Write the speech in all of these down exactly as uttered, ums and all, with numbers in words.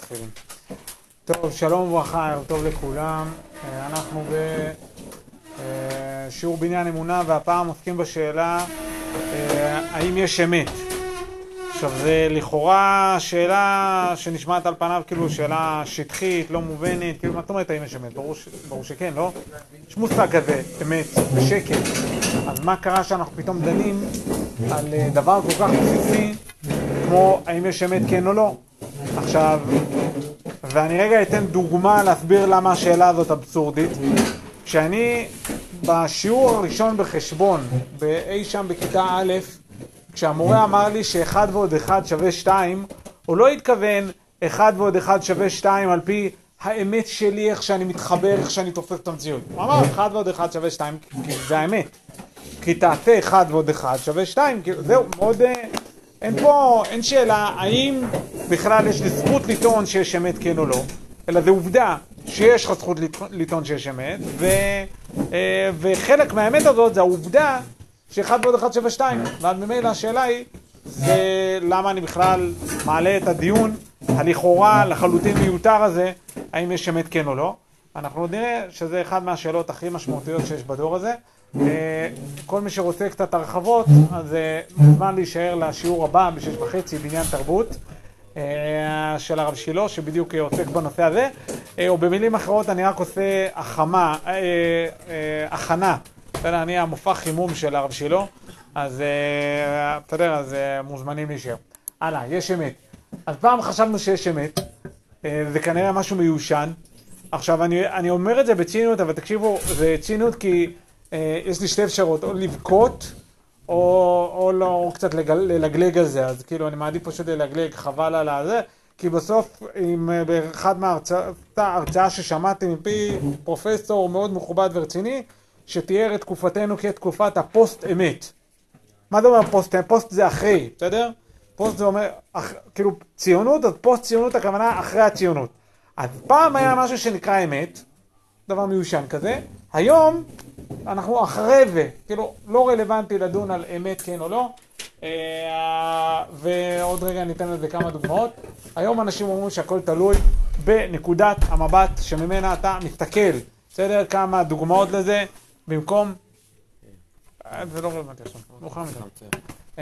מתחילים. טוב, שלום וברכה, ערב טוב לכולם. אנחנו בשיעור בניין אמונה, והפעם עוסקים בשאלה האם יש אמת. עכשיו, זה לכאורה שאלה שנשמעת על פניו כאילו שאלה שטחית, לא מובנת, כאילו מה זאת אומרת האם יש אמת? ברור, ש... ברור שכן, לא? יש מושג כזה, אמת, בשקט. אז מה קרה שאנחנו פתאום דנים על דבר כל כך בסיסי כמו האם יש אמת כן או לא? עכשיו, ואני רגע אתן דוגמה להסביר למה השאלה הזאת אבסורדית. כשאני בשיעור הראשון בחשבון, באי שם בכיתה א', כשהמורה אמר לי שאחד ועוד אחד שווה שתיים, הוא לא התכוון אחד ועוד אחד שווה שתיים על פי האמת שלי, איך שאני מתחבר, איך שאני תופס את המציאות. הוא אמר אחד ועוד אחד שווה שתיים, כי זה האמת. כי תעשה אחד ועוד אחד שווה שתיים, כאילו זהו, מאוד... אין פה, אין שאלה האם בכלל יש לי זכות לטעון שיש אמת כן או לא, אלא זה עובדה שיש לך זכות לטעון שיש אמת, ו, וחלק מהאמת הזאת זה העובדה שאחד ועוד אחד שווה שתיים, ועד ממילא השאלה היא זה למה אני בכלל מעלה את הדיון הלכאורה לחלוטין מיותר הזה, האם יש אמת כן או לא. אנחנו עוד נראה שזה אחד מהשאלות הכי משמעותיות שיש בדור הזה. כל מי שרוצה קצת הרחבות, אז מוזמן להישאר לשיעור הבא בשש וחצי בניין תרבות של הרב שילה, שבדיוק עוסק בנושא הזה. או במילים אחרות אני רק עושה החמה, הכנה, אני המופע חימום של הרב שילה, אז תדער, אז מוזמנים להישאר. הלאה, יש אמת. אז פעם חשבנו שיש אמת, זה כנראה משהו מיושן. עכשיו אני, אני אומר את זה בציניות, אבל תקשיבו, זה ציניות כי יש לי שתי אפשרות, או לבכות, או, או לא, או קצת לגל, ללגלג על זה. אז כאילו, אני מעדיף פשוט ללגלג, חבל על הזה, כי בסוף, עם, באחד מההרצאה ששמעתי מפי פרופסור מאוד מכובד ורציני, שתיאר את תקופתנו כתקופת הפוסט אמת. מה זה אומר פוסט? פוסט זה אחרי, בסדר? פוסט זה אומר, אח, כאילו, ציונות, אז פוסט ציונות הכוונה אחרי הציונות. אז פעם היה משהו שנקרא אמת, דבר מיושן כזה, היום, אנחנו אחרי זה, כאילו לא רלוונטי לדון על אמת כן או לא, ועוד רגע ניתן לזה כמה דוגמאות. היום אנשים אומרים שהכל תלוי בנקודת המבט שממנה אתה מסתכל, בסדר? כמה דוגמאות לזה, במקום... זה לא רלוונטי עכשיו, מוכן מדי.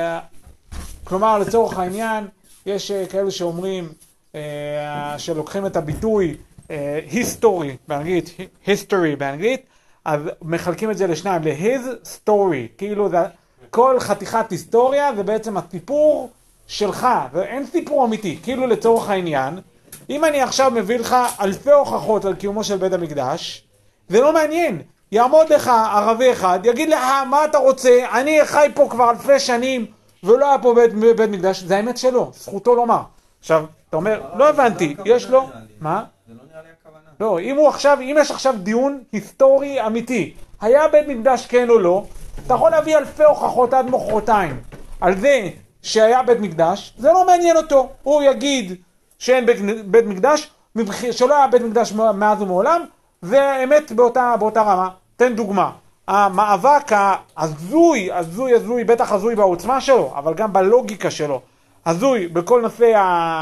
כלומר, לצורך העניין, יש כאלו שאומרים שלוקחים את הביטוי history באנגלית, history באנגלית, אז מחלקים את זה לשניים, ל-his story, כאילו זה, כל חתיכת היסטוריה זה בעצם הסיפור שלך, ואין סיפור אמיתי, כאילו לצורך העניין, אם אני עכשיו מביא לך אלפי הוכחות על קיומו של בית המקדש, זה לא מעניין, יעמוד לך ערבי אחד, יגיד לך מה אתה רוצה, אני חי פה כבר אלפי שנים, ולא היה פה בית, בית מקדש, זה האמת שלו, זכותו לומר. עכשיו, אתה אומר, לא הבנתי, יש לו, מה? זה לא נראה לי הכוונה. לא, אם הוא עכשיו, אם יש עכשיו דיון היסטורי אמיתי, היה בית מקדש כן או לא, אתה יכול להביא אלפי הוכחות עד מחרתיים על זה שהיה בית מקדש, זה לא מעניין אותו. הוא יגיד שאין בית, בית מקדש, שלא היה בית מקדש מאז ומעולם, זה אמת באותה, באותה רמה. תן דוגמה. המאבק הזוי, הזוי, הזוי, בטח הזוי בעוצמה שלו, אבל גם בלוגיקה שלו, הזוי בכל נושא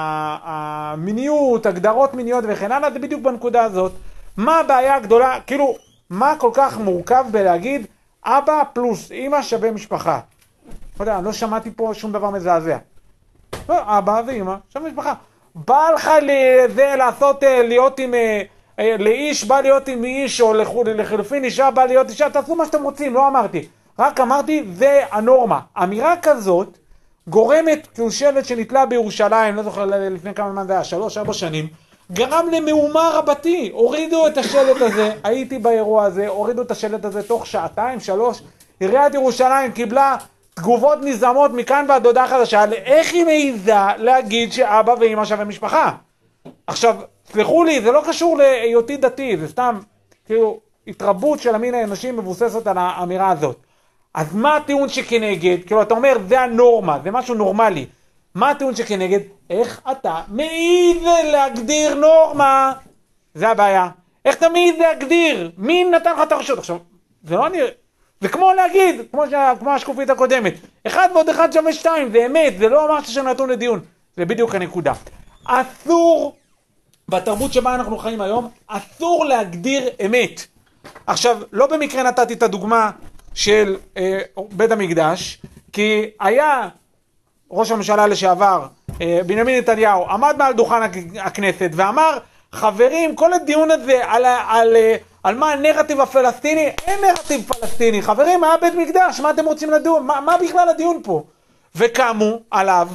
המיניות, הגדרות מיניות וכן הלאה, זה בדיוק בנקודה הזאת. מה הבעיה הגדולה, כאילו, מה כל כך מורכב בלהגיד אבא פלוס אמא שווה משפחה? לא יודע, לא שמעתי פה שום דבר מזעזע. לא, אבא ואמא שווה משפחה. בא לך לזה לעשות, להיות עם, לאיש בא להיות עם איש, או לחילופין אישה בא להיות אישה, תעשו מה שאתם רוצים, לא אמרתי. רק אמרתי, זה הנורמה. אמירה כזאת, גורמת כושלת שנתלה בירושלים, לא זוכר לפני כמה זמן זה היה, שלוש, ארבע שנים, גרם למהומה רבתי, הורידו את השלט הזה, הייתי באירוע הזה, הורידו את השלט הזה תוך שעתיים, שלוש, עיריית ירושלים קיבלה תגובות נזמות מכאן ועד הודעה חדשה, איך היא מעיזה להגיד שאבא ואמא שווה משפחה? עכשיו, סלחו לי, זה לא קשור להיותי דתי, זה סתם, כאילו, התרבות של המין האנושי מבוססת על האמירה הזאת. אז מה הטיעון שכנגד? כאילו אתה אומר זה הנורמה, זה משהו נורמלי. מה הטיעון שכנגד? איך אתה מעיז להגדיר נורמה? זה הבעיה. איך אתה מעיז להגדיר? מי נתן לך את הרשות? עכשיו, זה לא נראה... זה כמו להגיד, כמו, ש... כמו השקופית הקודמת. אחד ועוד אחד שווה שתיים, זה אמת, זה לא ממש שנתון לדיון. זה בדיוק הנקודה. אסור, בתרבות שבה אנחנו חיים היום, אסור להגדיר אמת. עכשיו, לא במקרה נתתי את הדוגמה של אה, בית המקדש, כי היה ראש הממשלה לשעבר, אה, בנימין נתניהו, עמד מעל דוכן הכנסת ואמר, חברים, כל הדיון הזה על, על, על, על מה הנרטיב הפלסטיני, אין נרטיב פלסטיני. חברים, היה בית מקדש, מה אתם רוצים לדון? מה, מה בכלל הדיון פה? וקמו עליו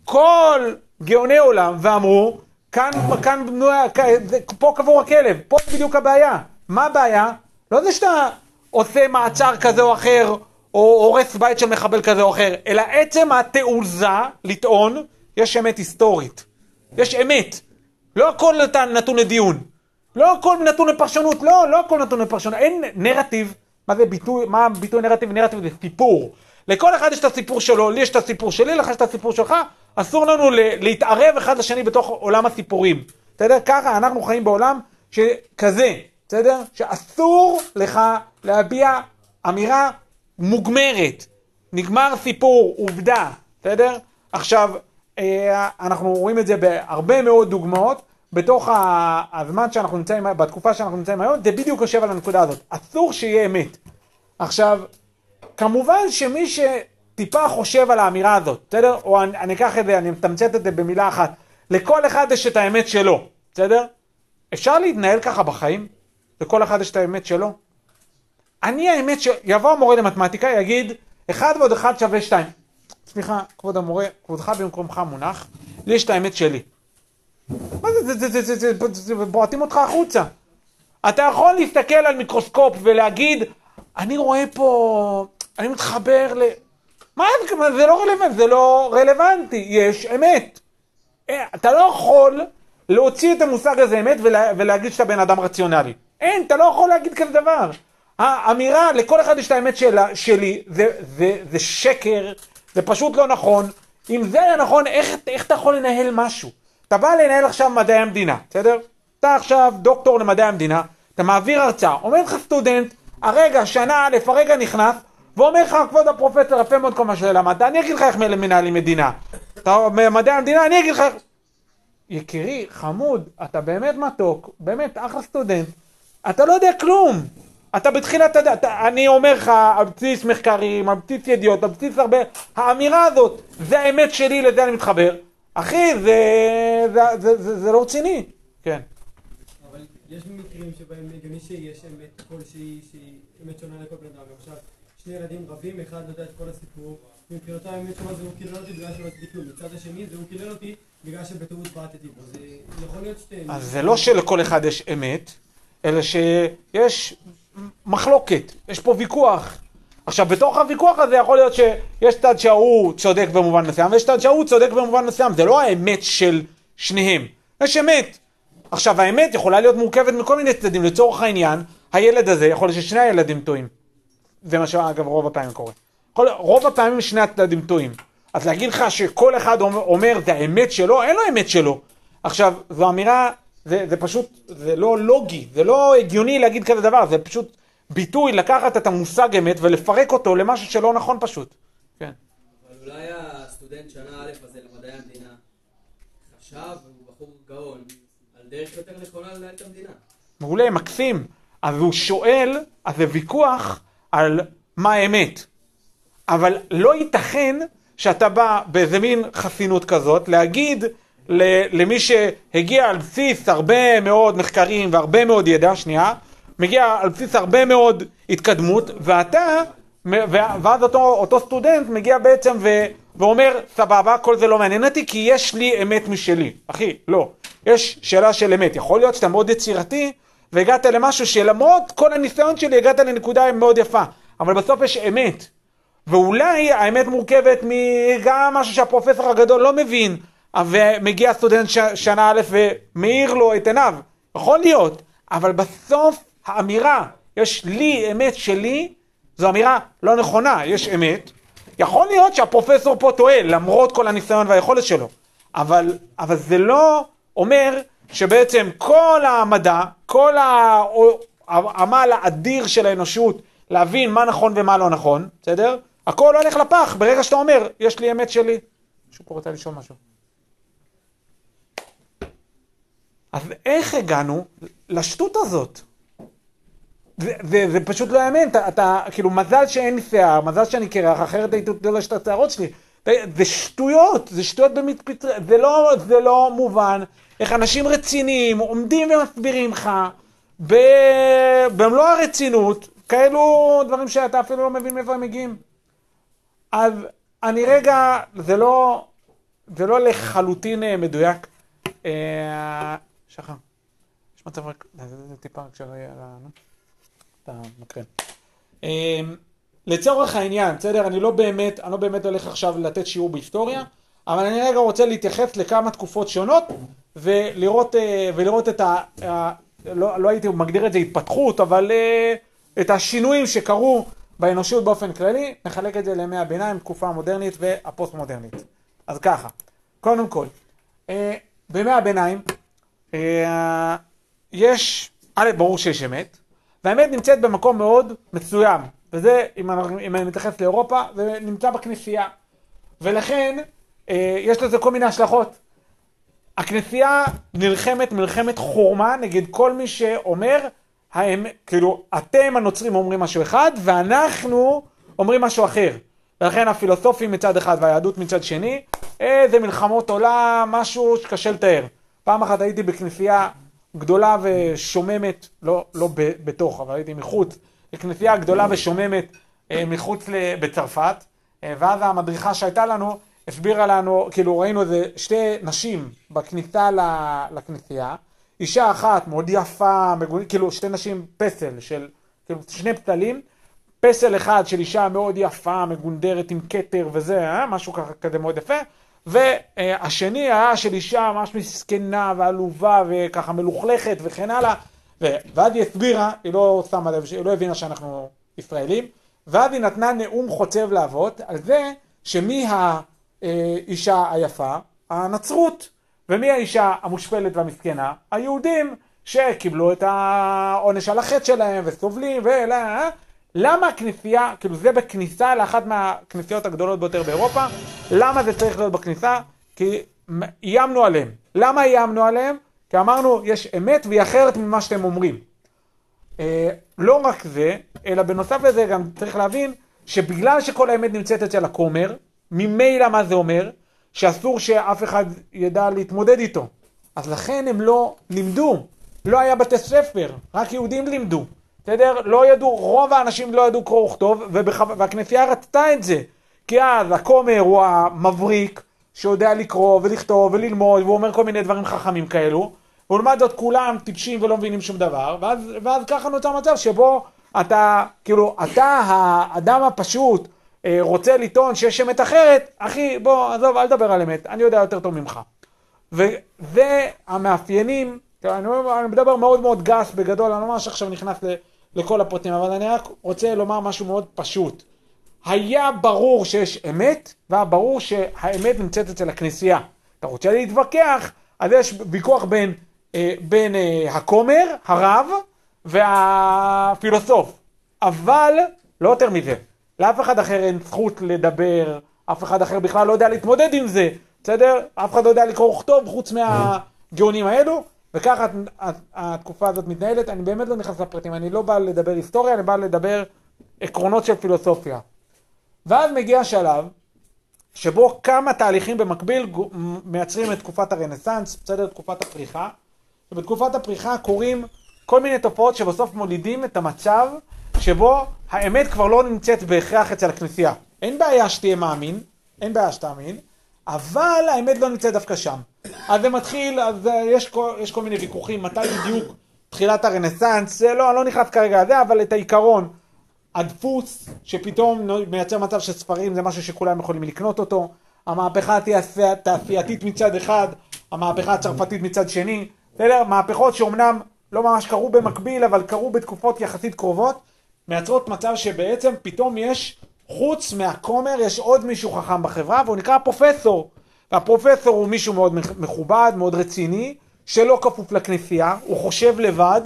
כל גאוני עולם ואמרו, כאן, כאן, פה קבור הכלב, פה בדיוק הבעיה. מה הבעיה? לא זה שאתה עושה מעצר כזה או אחר, או הורס בית של מחבל כזה או אחר, אלא עצם התעוזה לטעון, יש אמת היסטורית. יש אמת. לא הכל נתון לדיון. לא הכל נתון לפרשנות. לא, לא הכל נתון לפרשנות. אין נרטיב. מה זה ביטוי? מה ביטוי נרטיב? נרטיב זה סיפור. לכל אחד יש את הסיפור שלו, לי יש את הסיפור שלי, לך יש את הסיפור שלך. אסור לנו להתערב אחד לשני בתוך עולם הסיפורים. בסדר? ככה אנחנו חיים בעולם שכזה. בסדר? שאסור לך להביע אמירה מוגמרת. נגמר סיפור, עובדה. בסדר? עכשיו, אנחנו רואים את זה בהרבה מאוד דוגמאות, בתוך הזמן שאנחנו נמצאים, בתקופה שאנחנו נמצאים היום, זה בדיוק יושב על הנקודה הזאת. אסור שיהיה אמת. עכשיו, כמובן שמי שטיפה חושב על האמירה הזאת, בסדר? או אני, אני אקח את זה, אני מתמצת את זה במילה אחת. לכל אחד יש את האמת שלו, בסדר? אפשר להתנהל ככה בחיים? לכל אחד יש את האמת שלו? אני האמת ש... יבוא המורה למתמטיקה, יגיד, אחד ועוד אחד שווה שתיים. סליחה, כבוד המורה, כבודך במקומך מונח, לי יש את האמת שלי. מה זה, זה, זה, זה, זה, זה, זה, בועטים אותך החוצה. אתה יכול להסתכל על מיקרוסקופ ולהגיד, אני רואה פה, אני מתחבר ל... מה, זה לא רלוונטי, זה לא רלוונטי, יש אמת. אתה לא יכול להוציא את המושג הזה אמת ולה, ולהגיד שאתה בן אדם רציונלי. אין, אתה לא יכול להגיד כזה דבר. האמירה, לכל אחד יש את האמת שלה, שלי, זה, זה, זה שקר, זה פשוט לא נכון. אם זה היה נכון, איך, איך אתה יכול לנהל משהו? אתה בא לנהל עכשיו מדעי המדינה, בסדר? אתה עכשיו דוקטור למדעי המדינה, אתה מעביר הרצאה, אומר לך סטודנט, הרגע, שנה א', הרגע נכנס, ואומר לך, כבוד הפרופסור, יפה מאוד כל מה שלמדת, אני אגיד לך איך מנהלים מדינה. אתה מדעי המדינה, אני אגיד לך... יקירי, חמוד, אתה באמת מתוק, באמת אחלה סטודנט, אתה לא יודע כלום. אתה בתחילת, אתה, אתה, אני אומר לך, על בסיס מחקרים, על בסיס ידיעות, על בסיס הרבה, האמירה הזאת, זה האמת שלי, לזה אני מתחבר. אחי, זה, זה, זה, זה, זה לא רציני. כן. אבל יש מקרים שבהם הגיוני שיש אמת כלשהי, שהיא אמת שונה לכל בן אדם. למשל, שני ילדים רבים, אחד יודע את כל הסיפור, ומבחינתו האמת שמה זה הוא קילל אותי בגלל שלא עשיתי כלום. מצד השני, זה הוא קילל אותי בגלל שבטעות בעטתי בו. זה יכול להיות שתי... אז זה לא שלכל אחד יש אמת, אלא שיש מחלוקת, יש פה ויכוח. עכשיו, בתוך הוויכוח הזה יכול להיות שיש צד שההוא צודק במובן מסוים, ויש צד שההוא צודק במובן מסוים. זה לא האמת של שניהם. יש אמת. עכשיו, האמת יכולה להיות מורכבת מכל מיני צדדים. לצורך העניין, הילד הזה יכול להיות ששני הילדים טועים. זה מה שאגב רוב הפעמים קורה. רוב הפעמים שני הצדדים טועים. אז להגיד לך שכל אחד אומר זה האמת שלו, אין לו אמת שלו. עכשיו, זו אמירה, זה, זה פשוט, זה לא לוגי, זה לא הגיוני להגיד כזה דבר, זה פשוט ביטוי לקחת את המושג אמת ולפרק אותו למשהו שלא נכון פשוט. כן. אבל אולי הסטודנט שנה א' הזה למדעי המדינה חשב, הוא בחור גאון, על דרך יותר נכונה לנהל את המדינה. מעולה, מקסים. אז הוא שואל, אז זה ויכוח על מה האמת. אבל לא ייתכן שאתה בא באיזה מין חסינות כזאת, להגיד למי שהגיע על בסיס הרבה מאוד מחקרים והרבה מאוד ידע, שנייה, מגיע על בסיס הרבה מאוד התקדמות, ואתה, ואז אותו, אותו סטודנט מגיע בעצם ו, ואומר, סבבה, כל זה לא מעניין אותי, כי יש לי אמת משלי. אחי, לא. יש שאלה של אמת. יכול להיות שאתה מאוד יצירתי, והגעת למשהו שלמרות כל הניסיון שלי, הגעת לנקודה מאוד יפה. אבל בסוף יש אמת. ואולי האמת מורכבת מגם משהו שהפרופסור הגדול לא מבין, ומגיע סטודנט ש... שנה א' ומאיר לו את עיניו. יכול להיות. אבל בסוף האמירה, יש לי אמת שלי, זו אמירה לא נכונה, יש אמת. יכול להיות שהפרופסור פה טועה, למרות כל הניסיון והיכולת שלו. אבל, אבל זה לא אומר שבעצם כל המדע, כל העמל האדיר של האנושות, להבין מה נכון ומה לא נכון, בסדר? הכל הולך לפח ברגע שאתה אומר, יש לי אמת שלי. מישהו פה רוצה לשאול משהו. אז איך הגענו לשטות הזאת? זה, זה, זה פשוט לא יאמן, אתה, אתה, כאילו, מזל שאין לי שיער, מזל שאני קרח, אחרת הייתי דולש את השערות שלי. זה שטויות, זה שטויות במתפטר, זה לא, זה לא מובן, איך אנשים רציניים עומדים ומסבירים לך, במלוא הרצינות, כאלו דברים שאתה אפילו לא מבין מאיפה הם מגיעים. אז אני רגע, זה לא, זה לא לחלוטין מדויק. שחר, יש מצב רק, זה טיפה רק שראה על ה... אתה מקרן. לצורך העניין, בסדר, אני לא באמת, אני לא באמת הולך עכשיו לתת שיעור בהיסטוריה, אבל אני רגע רוצה להתייחס לכמה תקופות שונות, ולראות, ולראות את ה... לא, לא הייתי מגדיר את זה התפתחות, אבל את השינויים שקרו באנושות באופן כללי, נחלק את זה לימי הביניים, תקופה המודרנית והפוסט מודרנית. אז ככה, קודם כל, בימי הביניים, יש, א', ברור שיש אמת, והאמת נמצאת במקום מאוד מסוים, וזה, אם אני, אם אני מתייחס לאירופה, זה נמצא בכנסייה, ולכן יש לזה כל מיני השלכות. הכנסייה נלחמת מלחמת חורמה נגד כל מי שאומר, הם, כאילו, אתם הנוצרים אומרים משהו אחד, ואנחנו אומרים משהו אחר. ולכן הפילוסופים מצד אחד והיהדות מצד שני, איזה מלחמות עולם, משהו שקשה לתאר. פעם אחת הייתי בכנסייה גדולה ושוממת, לא, לא בתוך, אבל הייתי מחוץ, בכנסייה גדולה ושוממת מחוץ בצרפת, ואז המדריכה שהייתה לנו, הסבירה לנו, כאילו ראינו איזה שתי נשים בכניסה לכנסייה, אישה אחת מאוד יפה, כאילו שתי נשים פסל של, כאילו שני פתלים, פסל אחד של אישה מאוד יפה, מגונדרת עם כתר וזה, אה? משהו ככה כזה מאוד יפה, והשני היה של אישה ממש מסכנה ועלובה וככה מלוכלכת וכן הלאה, ואז היא הסבירה, היא לא שמה לב, היא לא הבינה שאנחנו ישראלים, ואז היא נתנה נאום חוצב להבות על זה שמי האישה היפה, הנצרות, ומי האישה המושפלת והמסכנה, היהודים שקיבלו את העונש על החטא שלהם וסובלים ולה... למה הכנסייה, כאילו זה בכניסה לאחת מהכנסיות הגדולות ביותר באירופה, למה זה צריך להיות בכניסה? כי איימנו עליהם. למה איימנו עליהם? כי אמרנו, יש אמת והיא אחרת ממה שאתם אומרים. אה, לא רק זה, אלא בנוסף לזה גם צריך להבין, שבגלל שכל האמת נמצאת אצל הכומר, ממילא מה זה אומר? שאסור שאף אחד ידע להתמודד איתו. אז לכן הם לא לימדו, לא היה בתי ספר, רק יהודים לימדו. בסדר? לא ידעו, רוב האנשים לא ידעו קרוא וכתוב, והכנסייה רצתה את זה. כי אז הכומר הוא המבריק, שיודע לקרוא ולכתוב וללמוד, והוא אומר כל מיני דברים חכמים כאלו, ולעומת זאת כולם טיפשים ולא מבינים שום דבר, ואז, ואז ככה נוצר מצב שבו אתה, כאילו, אתה האדם הפשוט רוצה לטעון שיש אמת אחרת, אחי, בוא, עזוב, אל תדבר על אמת, אני יודע יותר טוב ממך. וזה המאפיינים, אני, אני מדבר מאוד מאוד גס בגדול, אני לא ממש עכשיו נכנס ל... לכל הפרטים, אבל אני רק רוצה לומר משהו מאוד פשוט. היה ברור שיש אמת, והיה ברור שהאמת נמצאת אצל הכנסייה. אתה רוצה להתווכח, אז יש ויכוח בין, אה, בין אה, הכומר, הרב, והפילוסוף. אבל, לא יותר מזה, לאף אחד אחר אין זכות לדבר, אף אחד אחר בכלל לא יודע להתמודד עם זה, בסדר? אף אחד לא יודע לקרוא וכתוב חוץ מהגאונים האלו, וככה התקופה הזאת מתנהלת. אני באמת לא נכנס לפרטים, אני לא בא לדבר היסטוריה, אני בא לדבר עקרונות של פילוסופיה. ואז מגיע שלב שבו כמה תהליכים במקביל מייצרים את תקופת הרנסנס, בסדר, תקופת הפריחה, ובתקופת הפריחה קורים כל מיני תופעות שבסוף מולידים את המצב שבו האמת כבר לא נמצאת בהכרח אצל הכנסייה. אין בעיה שתהיה מאמין, אין בעיה שתאמין, אבל האמת לא נמצאת דווקא שם. אז זה מתחיל, אז יש כל, יש כל מיני ויכוחים, מתי בדיוק תחילת הרנסנס, זה לא, לא נכנס כרגע לזה, אבל את העיקרון, הדפוס שפתאום מייצר מצב שספרים זה משהו שכולם יכולים לקנות אותו, המהפכה התעשייתית מצד אחד, המהפכה הצרפתית מצד שני, בסדר? מהפכות שאומנם לא ממש קרו במקביל, אבל קרו בתקופות יחסית קרובות, מייצרות מצב שבעצם פתאום יש, חוץ מהכומר, יש עוד מישהו חכם בחברה, והוא נקרא פרופסור. והפרופסור הוא מישהו מאוד מכובד, מאוד רציני, שלא כפוף לכנסייה, הוא חושב לבד,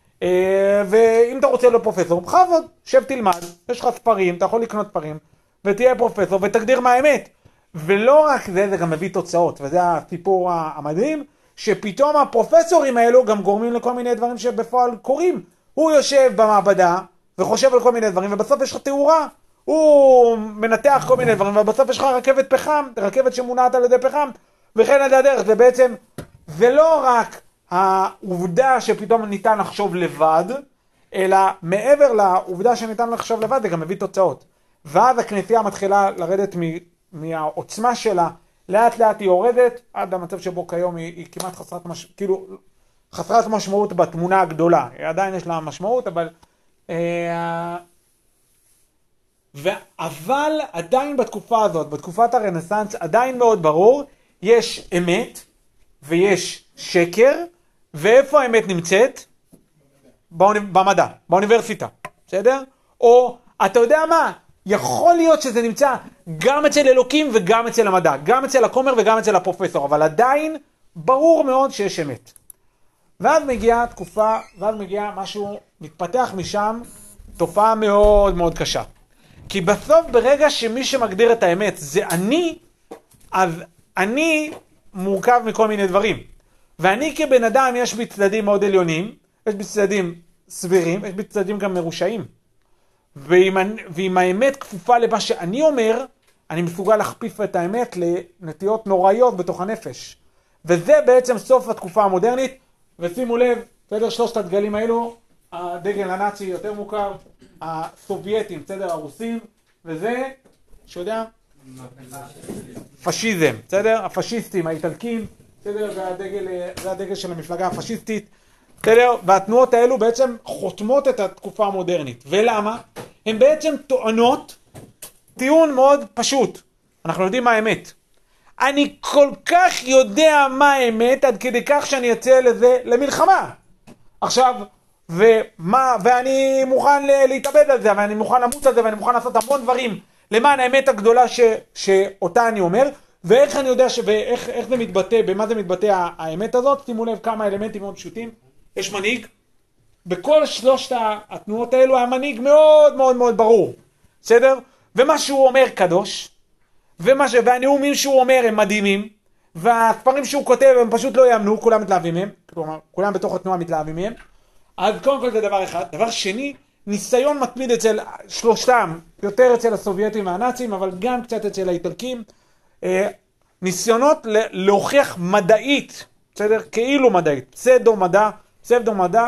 ואם אתה רוצה להיות פרופסור, בכבוד, שב תלמד, יש לך ספרים, אתה יכול לקנות ספרים, ותהיה פרופסור ותגדיר מה האמת. ולא רק זה, זה גם מביא תוצאות, וזה הסיפור המדהים, שפתאום הפרופסורים האלו גם גורמים לכל מיני דברים שבפועל קורים. הוא יושב במעבדה וחושב על כל מיני דברים, ובסוף יש לך תאורה. הוא מנתח כל מיני דברים, ובסוף יש לך רכבת פחם, רכבת שמונעת על ידי פחם, וכן על הדרך. זה בעצם, זה לא רק העובדה שפתאום ניתן לחשוב לבד, אלא מעבר לעובדה שניתן לחשוב לבד, זה גם מביא תוצאות. ואז הכנסייה מתחילה לרדת מהעוצמה שלה, לאט לאט היא יורדת, עד המצב שבו כיום היא, היא כמעט חסרת, מש... כאילו, חסרת משמעות בתמונה הגדולה. עדיין יש לה משמעות, אבל... אה... ו... אבל עדיין בתקופה הזאת, בתקופת הרנסנס, עדיין מאוד ברור, יש אמת ויש שקר, ואיפה האמת נמצאת? באוני... במדע, באוניברסיטה, בסדר? או, אתה יודע מה? יכול להיות שזה נמצא גם אצל אלוקים וגם אצל המדע, גם אצל הכומר וגם אצל הפרופסור, אבל עדיין ברור מאוד שיש אמת. ואז מגיעה תקופה, ואז מגיע משהו, מתפתח משם תופעה מאוד מאוד קשה. כי בסוף ברגע שמי שמגדיר את האמת זה אני, אז אני מורכב מכל מיני דברים. ואני כבן אדם יש בי צדדים מאוד עליונים, יש בי צדדים סבירים, יש בי צדדים גם מרושעים. ואם, ואם האמת כפופה למה שאני אומר, אני מסוגל להכפיף את האמת לנטיות נוראיות בתוך הנפש. וזה בעצם סוף התקופה המודרנית, ושימו לב, בסדר, שלושת הדגלים האלו, הדגל הנאצי יותר מוכר, הסובייטים, בסדר, הרוסים, וזה, שיודע? פשיזם, בסדר? הפשיסטים, האיטלקים, בסדר? זה הדגל, זה הדגל של המפלגה הפשיסטית, בסדר? והתנועות האלו בעצם חותמות את התקופה המודרנית. ולמה? הן בעצם טוענות טיעון מאוד פשוט. אנחנו יודעים מה האמת. אני כל כך יודע מה האמת עד כדי כך שאני אצא לזה למלחמה. עכשיו, ומה, ואני מוכן להתאבד על זה, ואני מוכן למות על זה, ואני מוכן לעשות המון דברים למען האמת הגדולה ש, שאותה אני אומר. ואיך אני יודע ש... ואיך איך זה מתבטא, במה זה מתבטא האמת הזאת? שימו לב כמה אלמנטים מאוד פשוטים. יש מנהיג. בכל שלושת התנועות האלו היה מנהיג מאוד מאוד מאוד ברור. בסדר? ומה שהוא אומר קדוש. ומה ש... והנאומים שהוא אומר הם מדהימים. והספרים שהוא כותב הם פשוט לא יאמנו, כולם מתלהבים מהם. כלומר, כולם בתוך התנועה מתלהבים מהם. אז קודם כל זה דבר אחד. דבר שני, ניסיון מתמיד אצל שלושתם, יותר אצל הסובייטים והנאצים, אבל גם קצת אצל האיטלקים. ניסיונות להוכיח מדעית, בסדר? כאילו מדעית, פסדו מדע, פסדו מדע,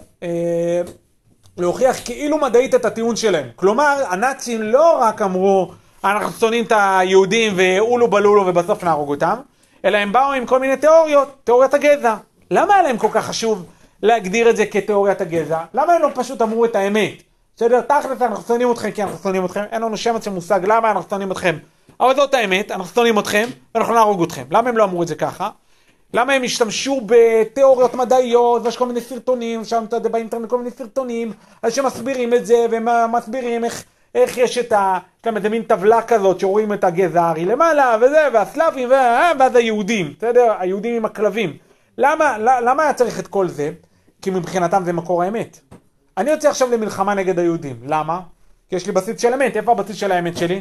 אה, להוכיח כאילו מדעית את הטיעון שלהם. כלומר, הנאצים לא רק אמרו, אנחנו שונאים את היהודים ואולו בלולו ובסוף נהרוג אותם, אלא הם באו עם כל מיני תיאוריות, תיאוריית הגזע. למה היה להם כל כך חשוב להגדיר את זה כתיאוריית הגזע? למה הם לא פשוט אמרו את האמת? בסדר, תכלס אנחנו שונאים אתכם כי אנחנו שונאים אתכם, אין לנו שמץ של מושג למה אנחנו שונאים אתכם. אבל זאת האמת, אנחנו שונאים אתכם ואנחנו נהרוג אתכם. למה הם לא אמרו את זה ככה? למה הם השתמשו בתיאוריות מדעיות ויש כל מיני סרטונים, שם אתה יודע באינטרנט כל מיני סרטונים, אז שמסבירים את זה ומסבירים איך, איך יש את ה... כאן איזה מין טבלה כזאת שרואים את הגזע הארי למעלה וזה, והסלאבים ואז היהודים, בסדר? היהודים עם הכלבים. למה, למה היה צריך את כל זה? כי מבחינתם זה מקור האמת. אני יוצא עכשיו למלחמה נגד היהודים. למה? כי יש לי בסיס של אמת. איפה הבסיס של האמת שלי?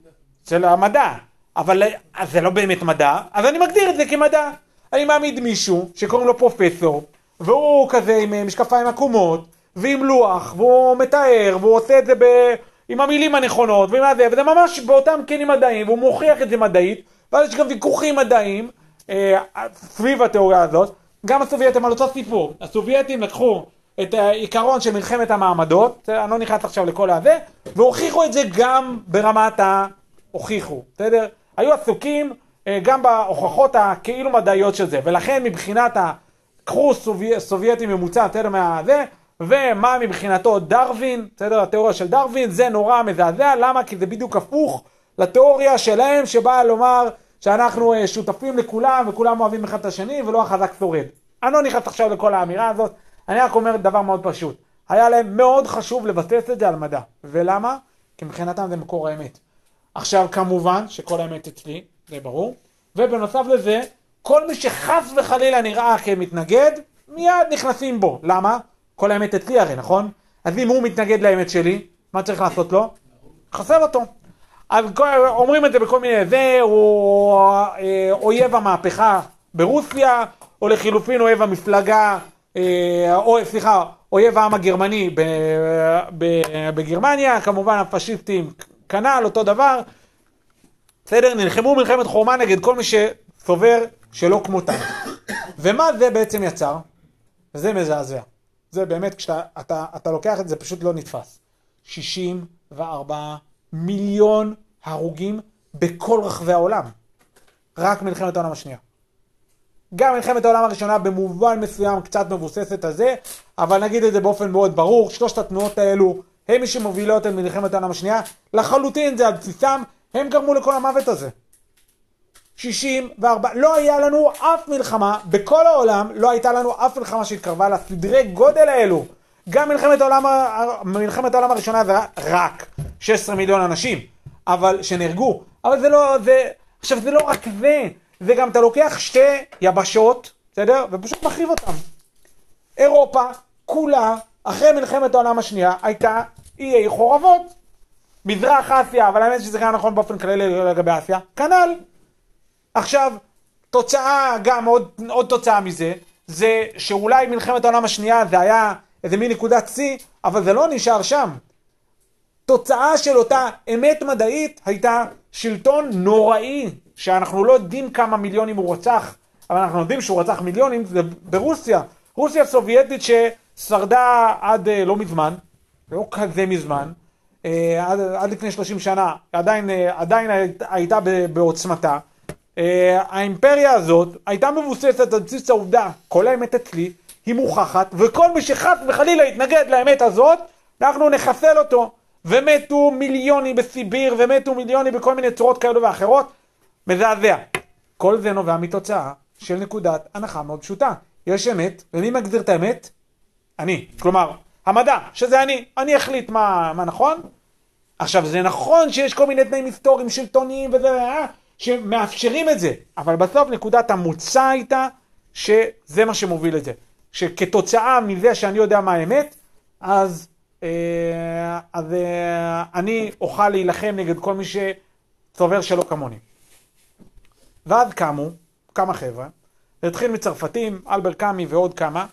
של המדע. אבל זה לא באמת מדע, אז אני מגדיר את זה כמדע. אני מעמיד מישהו שקוראים לו פרופסור, והוא כזה עם משקפיים עקומות, ועם לוח, והוא מתאר, והוא עושה את זה ב... עם המילים הנכונות, ועם הזה, וזה ממש באותם כלים מדעיים, והוא מוכיח את זה מדעית, ואז יש גם ויכוחים מדעיים אה, סביב התיאוריה הזאת. גם הסובייטים על אותו סיפור. הסובייטים לקחו את העיקרון של מלחמת המעמדות, אני לא נכנס עכשיו לכל הזה, והוכיחו את זה גם ברמת ה... הוכיחו, בסדר? היו עסוקים גם בהוכחות הכאילו מדעיות של זה, ולכן מבחינת הקחו סובי... סובייטי ממוצע, בסדר, מהזה, ומה מבחינתו דרווין, בסדר, התיאוריה של דרווין, זה נורא מזעזע, למה? כי זה בדיוק הפוך לתיאוריה שלהם, שבאה לומר שאנחנו שותפים לכולם, וכולם אוהבים אחד את השני, ולא החזק שורד. אני לא נכנס עכשיו לכל האמירה הזאת, אני רק אומר דבר מאוד פשוט. היה להם מאוד חשוב לבסס את זה על מדע. ולמה? כי מבחינתם זה מקור האמת. עכשיו כמובן שכל האמת אצלי, זה ברור, ובנוסף לזה, כל מי שחס וחלילה נראה כמתנגד, מיד נכנסים בו. למה? כל האמת אצלי הרי, נכון? אז אם הוא מתנגד לאמת שלי, מה צריך לעשות לו? חסר אותו. אז אומרים את זה בכל מיני, זה הוא אויב המהפכה ברוסיה, או לחילופין אוהב המפלגה, או סליחה, אויב העם הגרמני ב, ב, בגרמניה, כמובן הפשיסטים כנ"ל, אותו דבר. בסדר, נלחמו מלחמת חורמה נגד כל מי שסובר שלא כמותם. ומה זה בעצם יצר? זה מזעזע. זה באמת, כשאתה אתה, אתה לוקח את זה, פשוט לא נתפס. שישים וארבעה מיליון הרוגים בכל רחבי העולם. רק מלחמת העולם השנייה. גם מלחמת העולם הראשונה במובן מסוים קצת מבוססת על זה, אבל נגיד את זה באופן מאוד ברור, שלושת התנועות האלו, הם מי שמובילות את מלחמת העולם השנייה, לחלוטין זה על בסיסם, הם גרמו לכל המוות הזה. שישים וארבע, לא היה לנו אף מלחמה, בכל העולם לא הייתה לנו אף מלחמה שהתקרבה לסדרי גודל האלו. גם מלחמת העולם, מלחמת העולם הראשונה זה רק שש עשרה מיליון אנשים, אבל שנהרגו. אבל זה לא, זה, עכשיו זה לא רק זה, זה גם אתה לוקח שתי יבשות, בסדר? ופשוט מחריב אותם. אירופה כולה, אחרי מלחמת העולם השנייה, הייתה איי חורבות. מזרח אסיה, אבל האמת שזה גם נכון באופן כללי לגבי אסיה, כנ"ל. עכשיו, תוצאה, גם עוד, עוד תוצאה מזה, זה שאולי מלחמת העולם השנייה זה היה איזה מין נקודת צי, אבל זה לא נשאר שם. תוצאה של אותה אמת מדעית הייתה שלטון נוראי, שאנחנו לא יודעים כמה מיליונים הוא רצח, אבל אנחנו יודעים שהוא רצח מיליונים, זה ברוסיה. רוסיה סובייטית ששרדה עד לא מזמן, לא כזה מזמן, עד, עד לפני שלושים שנה, עדיין, עדיין הייתה בעוצמתה. האימפריה הזאת הייתה מבוססת על בסיס העובדה, כל האמת אצלי היא מוכחת, וכל מי שחס וחלילה יתנגד לאמת הזאת, אנחנו נחסל אותו. ומתו מיליונים בסיביר, ומתו מיליונים בכל מיני צורות כאלו ואחרות. מזעזע. כל זה נובע מתוצאה של נקודת הנחה מאוד פשוטה. יש אמת, ומי מגדיר את האמת? אני. כלומר, המדע, שזה אני. אני אחליט מה, מה נכון. עכשיו, זה נכון שיש כל מיני תנאים היסטוריים, שלטוניים וזה, שמאפשרים את זה. אבל בסוף נקודת המוצא הייתה שזה מה שמוביל את זה. שכתוצאה מזה שאני יודע מה האמת, אז... אז אני אוכל להילחם נגד כל מי שסובר שלא כמוני. ואז קמו כמה חבר'ה, זה התחיל מצרפתים, אלבר קאמי ועוד כמה,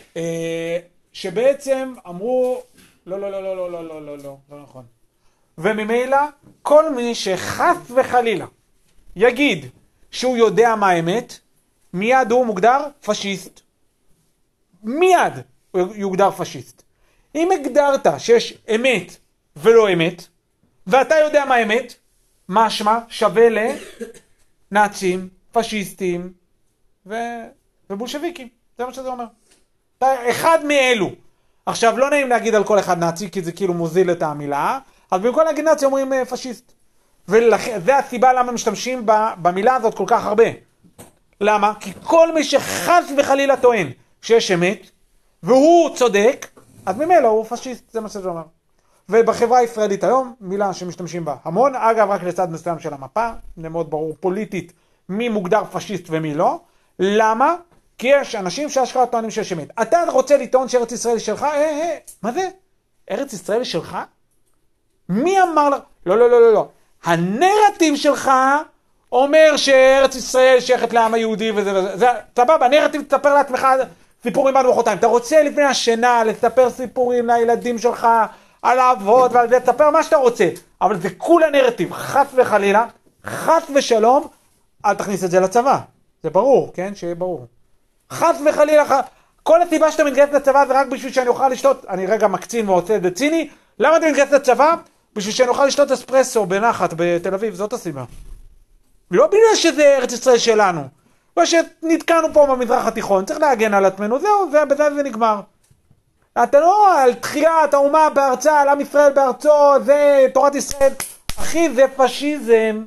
שבעצם אמרו, לא, לא, לא, לא, לא, לא, לא, לא, לא, לא נכון. וממילא, כל מי שחס וחלילה יגיד שהוא יודע מה האמת, מיד הוא מוגדר פשיסט. מיד הוא יוגדר פשיסט. אם הגדרת שיש אמת ולא אמת, ואתה יודע מה אמת, משמע שווה לנאצים, פשיסטים ו... ובולשוויקים. זה מה שזה אומר. אתה אחד מאלו. עכשיו, לא נעים להגיד על כל אחד נאצי, כי זה כאילו מוזיל את המילה, אז במקום להגיד נאצי אומרים פשיסט. וזה הסיבה למה משתמשים במילה הזאת כל כך הרבה. למה? כי כל מי שחס וחלילה טוען שיש אמת, והוא צודק, אז ממילא הוא פשיסט, זה מה שזה אומר. ובחברה הישראלית היום, מילה שמשתמשים בה המון, אגב רק לצד מסוים של המפה, זה מאוד ברור פוליטית מי מוגדר פשיסט ומי לא. למה? כי יש אנשים שאשכרה טוענים שיש אמת. אתה רוצה לטעון שארץ ישראל שלך? אה, אה, מה זה? ארץ ישראל שלך? מי אמר לך? לא, לא, לא, לא, לא. הנרטיב שלך אומר שארץ ישראל שייכת לעם היהודי וזה וזה. זה, סבבה, הנרטיב תספר לעצמך סיפורים עד מחרתיים. אתה רוצה לפני השינה לספר סיפורים לילדים שלך על האבות ועל זה, תספר מה שאתה רוצה. אבל זה כול הנרטיב, חס וחלילה, חס ושלום, אל תכניס את זה לצבא. זה ברור, כן? שיהיה ברור. חס וחלילה, ח... כל הסיבה שאתה מתגייס לצבא זה רק בשביל שאני אוכל לשתות, אני רגע מקצין ועושה את זה ציני, למה אתה מתגייס לצבא? בשביל שאני אוכל לשתות אספרסו בנחת בתל אביב, זאת הסיבה. לא בגלל שזה ארץ ישראל שלנו. לא שנתקענו פה במזרח התיכון, צריך להגן על עצמנו, זהו, זה, בזה זה נגמר. אתה לא על תחיית האומה בארצה, על עם ישראל בארצו, זה תורת ישראל. אחי, זה פשיזם.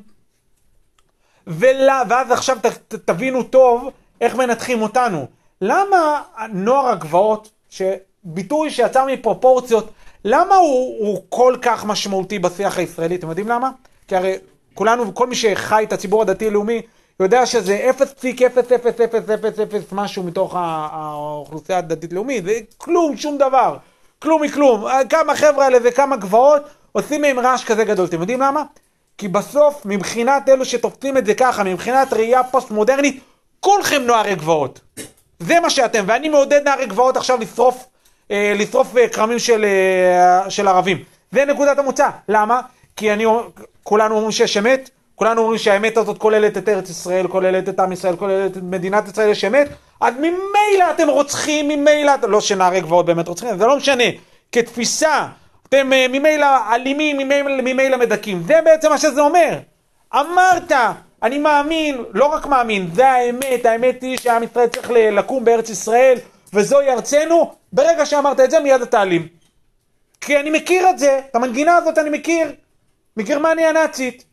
ולה, ואז עכשיו ת, ת, תבינו טוב איך מנתחים אותנו. למה נוער הגבעות, שביטוי שיצא מפרופורציות, למה הוא, הוא כל כך משמעותי בשיח הישראלי? אתם יודעים למה? כי הרי כולנו וכל מי שחי את הציבור הדתי-לאומי יודע שזה אפס נקודה אפס אפס אפס אפס אפס משהו מתוך האוכלוסייה הדתית-לאומית. זה כלום, שום דבר. כלום מכלום. כמה חבר'ה האלה וכמה גבעות עושים מהם רעש כזה גדול. אתם יודעים למה? כי בסוף, מבחינת אלו שתופסים את זה ככה, מבחינת ראייה פוסט-מודרנית, כולכם נוערי גבעות. זה מה שאתם, ואני מעודד נערי גבעות עכשיו לשרוף, אה, לשרוף קרמים של, אה, של ערבים. זה נקודת המוצא. למה? כי אני, כולנו אומרים שיש אמת, כולנו אומרים שהאמת הזאת כוללת את ארץ ישראל, כוללת את עם ישראל, כוללת את מדינת ישראל, יש אמת, אז ממילא אתם רוצחים, ממילא, לא שנערי גבעות באמת רוצחים, זה לא משנה, כתפיסה, אתם ממילא אלימים, ממילא, ממילא מדכים, זה בעצם מה שזה אומר. אמרת, אני מאמין, לא רק מאמין, זה האמת, האמת היא שהעם ישראל צריך לקום בארץ ישראל, וזוהי ארצנו, ברגע שאמרת את זה מיד אתה אלים. כי אני מכיר את זה, את המנגינה הזאת אני מכיר, מגרמניה הנאצית.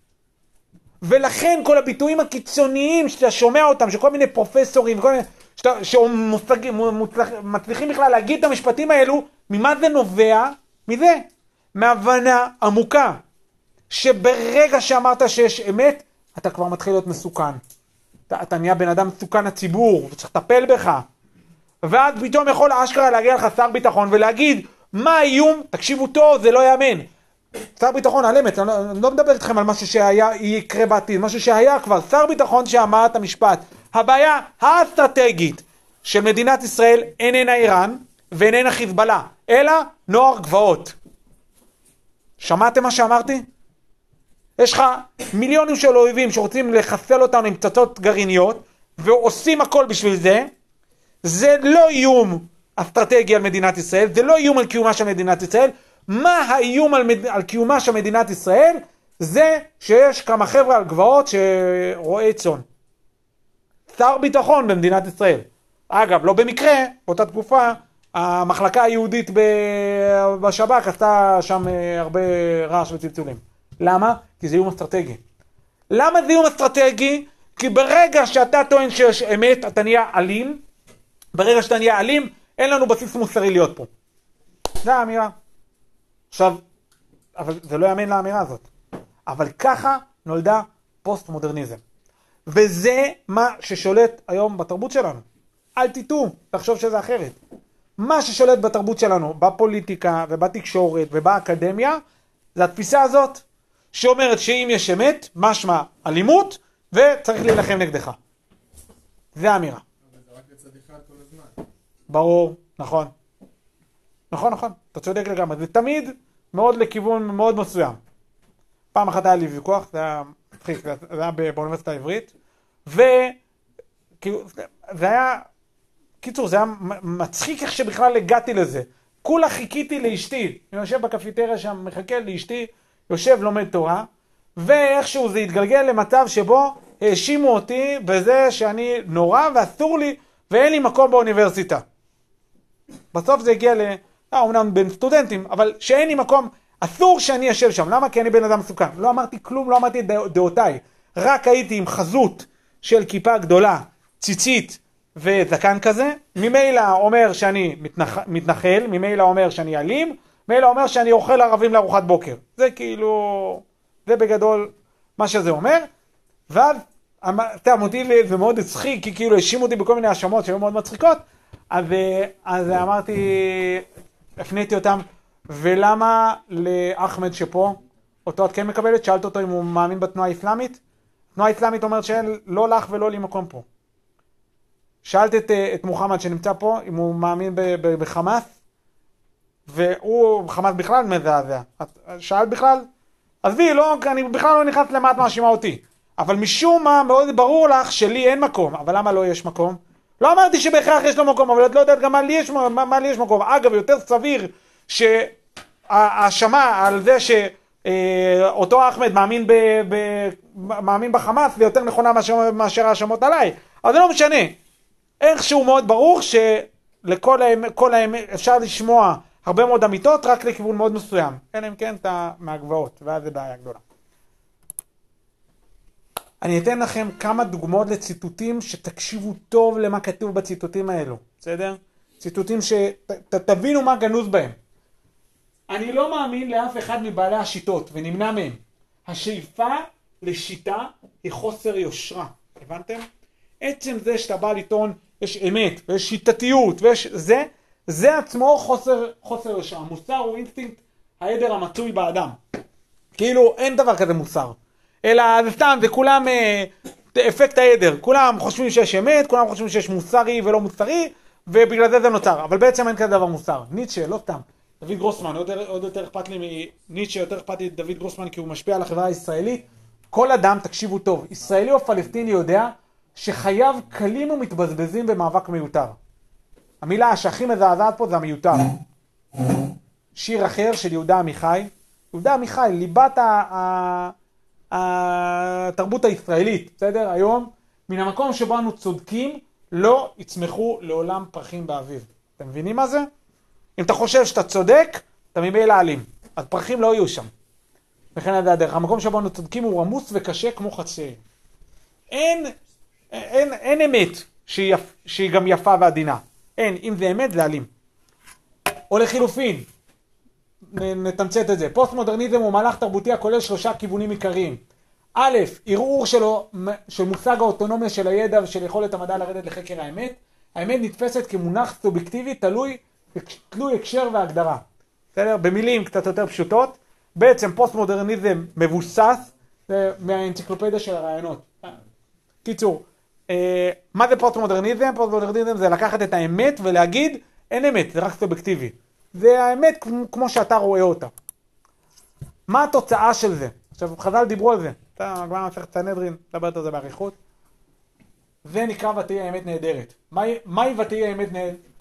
ולכן כל הביטויים הקיצוניים שאתה שומע אותם, שכל מיני פרופסורים, וכל מיני, שאתה, שמצליחים בכלל להגיד את המשפטים האלו, ממה זה נובע? מזה. מהבנה עמוקה. שברגע שאמרת שיש אמת, אתה כבר מתחיל להיות מסוכן. אתה, אתה נהיה בן אדם מסוכן הציבור, וצריך לטפל בך. ואז פתאום יכול אשכרה להגיע לך שר ביטחון ולהגיד, מה האיום? תקשיבו טוב, זה לא יאמן. שר ביטחון על אמת, אני לא, אני לא מדבר איתכם על משהו שהיה, יקרה בעתיד, משהו שהיה כבר, שר ביטחון שאמר את המשפט, הבעיה האסטרטגית של מדינת ישראל איננה איראן ואיננה חיזבאללה, אלא נוער גבעות. שמעתם מה שאמרתי? יש לך מיליונים של אויבים שרוצים לחסל אותנו עם פצצות גרעיניות, ועושים הכל בשביל זה. זה לא איום אסטרטגי על מדינת ישראל, זה לא איום על קיומה של מדינת ישראל. מה האיום על, מד... על קיומה של מדינת ישראל? זה שיש כמה חבר'ה על גבעות שרואי צאן. שר ביטחון במדינת ישראל. אגב, לא במקרה, באותה תקופה, המחלקה היהודית בשב"כ עשתה שם הרבה רעש וצלצולים. למה? כי זה איום אסטרטגי. למה זה איום אסטרטגי? כי ברגע שאתה טוען שיש אמת, אתה נהיה אלים. ברגע שאתה נהיה אלים, אין לנו בסיס מוסרי להיות פה. זה האמירה. עכשיו, אבל זה לא יאמן לאמירה הזאת. אבל ככה נולדה פוסט-מודרניזם. וזה מה ששולט היום בתרבות שלנו. אל תטעו, תחשוב שזה אחרת. מה ששולט בתרבות שלנו, בפוליטיקה ובתקשורת ובאקדמיה, זה התפיסה הזאת שאומרת שאם יש אמת, משמע אלימות, וצריך להילחם נגדך. זה האמירה. אבל זה רק לצד אחד כל הזמן. ברור, נכון. נכון, נכון, אתה צודק לגמרי. זה תמיד מאוד לכיוון מאוד מסוים. פעם אחת היה לי ויכוח, זה היה מצחיק, זה היה באוניברסיטה העברית, וכאילו, זה היה, קיצור, זה היה מצחיק איך שבכלל הגעתי לזה. כולה חיכיתי לאשתי, אני יושב בקפיטריה שם, מחכה לאשתי, יושב לומד תורה, ואיכשהו זה התגלגל למצב שבו האשימו אותי בזה שאני נורא ואסור לי, ואין לי מקום באוניברסיטה. בסוף זה הגיע ל... אה, אומנם בין סטודנטים, אבל שאין לי מקום, אסור שאני אשב שם. למה? כי אני בן אדם מסוכן. לא אמרתי כלום, לא אמרתי את דעותיי. רק הייתי עם חזות של כיפה גדולה, ציצית וזקן כזה. ממילא אומר שאני מתנח... מתנחל, ממילא אומר שאני אלים, ממילא אומר שאני אוכל ערבים לארוחת בוקר. זה כאילו, זה בגדול מה שזה אומר. ואז, אתה מותי לי, זה מאוד הצחיק, כי כאילו האשימו אותי בכל מיני האשמות שהיו מאוד מצחיקות. אז, אז אמרתי, הפניתי אותם, ולמה לאחמד שפה, אותו את כן מקבלת? שאלת אותו אם הוא מאמין בתנועה האסלאמית? התנועה האסלאמית אומרת שאין לא לך ולא לי מקום פה. שאלת את, את מוחמד שנמצא פה, אם הוא מאמין ב, ב, בחמאס, והוא, חמאס בכלל מזעזע. שאלת בכלל? אז בי, לא, אני בכלל לא נכנס למה את מאשימה אותי. אבל משום מה מאוד ברור לך שלי אין מקום. אבל למה לא יש מקום? לא אמרתי שבהכרח יש לו מקום, אבל את לא יודעת גם מה לי יש, מה, מה לי יש מקום. אגב, יותר סביר שהאשמה על זה שאותו אחמד מאמין, ב, ב, מאמין בחמאס, ויותר נכונה מאשר, מאשר האשמות עליי. אבל זה לא משנה. איכשהו מאוד ברור שלכל האמת, כל האמת, אפשר לשמוע הרבה מאוד אמיתות, רק לכיוון מאוד מסוים. אלא אם כן אתה מהגבעות, ואז זה בעיה גדולה. אני אתן לכם כמה דוגמאות לציטוטים שתקשיבו טוב למה כתוב בציטוטים האלו, בסדר? ציטוטים שתבינו מה גנוז בהם. אני לא מאמין לאף אחד מבעלי השיטות ונמנע מהם. השאיפה לשיטה היא חוסר יושרה, הבנתם? עצם זה שאתה בא לטעון יש אמת ויש שיטתיות ויש זה, זה עצמו חוסר, חוסר יושרה. מוסר הוא אינסטינקט העדר המצוי באדם. כאילו אין דבר כזה מוסר. אלא זה סתם, זה כולם, אפקט העדר, כולם חושבים שיש אמת, כולם חושבים שיש מוסרי ולא מוסרי, ובגלל זה זה נוצר, אבל בעצם אין כזה דבר מוסר. ניטשה, לא סתם. דוד גרוסמן, עוד, עוד יותר אכפת לי מניטשה, יותר אכפת לי דוד גרוסמן, כי הוא משפיע על החברה הישראלית. כל אדם, תקשיבו טוב, ישראלי או פלסטיני יודע שחייו קלים ומתבזבזים במאבק מיותר. המילה שהכי מזעזעת פה זה המיותר. שיר אחר של יהודה עמיחי, יהודה עמיחי, ליבת התרבות הישראלית, בסדר? היום, מן המקום שבו אנו צודקים, לא יצמחו לעולם פרחים באביב. אתם מבינים מה זה? אם אתה חושב שאתה צודק, אתה ממילא אלים. אז פרחים לא יהיו שם. וכן זה הדרך. המקום שבו אנו צודקים הוא רמוס וקשה כמו חצי. אין, אין, אין אמת שהיא, שהיא גם יפה ועדינה. אין, אם זה אמת זה אלים. או לחילופין, נתמצת את זה. פוסט-מודרניזם הוא מהלך תרבותי הכולל שלושה כיוונים עיקריים. א', ערעור שלו, של מושג האוטונומיה של הידע ושל יכולת המדע לרדת לחקר האמת. האמת נתפסת כמונח סובייקטיבי, תלוי, תלוי הקשר והגדרה. בסדר? במילים קצת יותר פשוטות. בעצם פוסט-מודרניזם מבוסס מהאנציקלופדיה של הרעיונות. קיצור, מה זה פוסט-מודרניזם? פוסט-מודרניזם זה לקחת את האמת ולהגיד, אין אמת, זה רק סובייקטיבי. זה האמת כמו שאתה רואה אותה. מה התוצאה של זה? עכשיו, חז"ל דיברו על זה. אתה מגמר מסכת סנהדרין, מדברת על זה בעריכות. זה נקרא ותהי האמת נהדרת. מהי ותהי האמת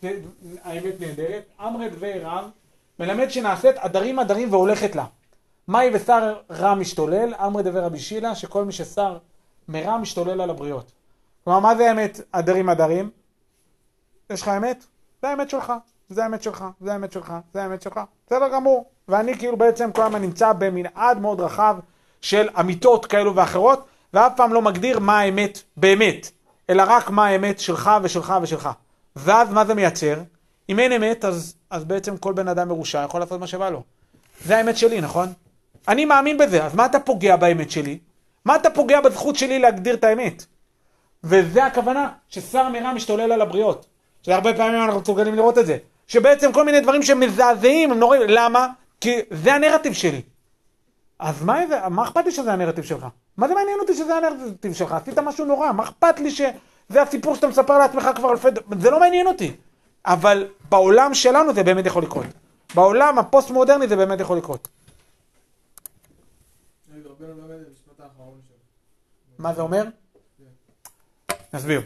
נהדרת? אמרי דברי רב מלמד שנעשית עדרים עדרים והולכת לה. מהי ושר רע משתולל? אמרי דברי רבי שילה, שכל מי ששר מרע משתולל על הבריות. כלומר, מה זה האמת עדרים עדרים? יש לך אמת? זה האמת שלך. זה האמת שלך, זה האמת שלך, זה האמת שלך. בסדר גמור. ואני כאילו בעצם כל הזמן נמצא במנעד מאוד רחב של אמיתות כאלו ואחרות, ואף פעם לא מגדיר מה האמת באמת, אלא רק מה האמת שלך ושלך ושלך. ואז מה זה מייצר? אם אין אמת, אז, אז בעצם כל בן אדם מרושע יכול לעשות מה שבא לו. זה האמת שלי, נכון? אני מאמין בזה, אז מה אתה פוגע באמת שלי? מה אתה פוגע בזכות שלי להגדיר את האמת? וזה הכוונה, ששר מרע משתולל על הבריות. שהרבה פעמים אנחנו מסוגלים לראות את זה. שבעצם כל מיני דברים שמזעזעים, הם נוראים. למה? כי זה הנרטיב שלי. אז מה, מה אכפת לי שזה הנרטיב שלך? מה זה מעניין אותי שזה הנרטיב שלך? עשית משהו נורא, מה אכפת לי שזה הסיפור שאתה מספר לעצמך כבר אלפי... זה לא מעניין אותי. אבל בעולם שלנו זה באמת יכול לקרות. בעולם הפוסט-מודרני זה באמת יכול לקרות. מה זה אומר? נסביר.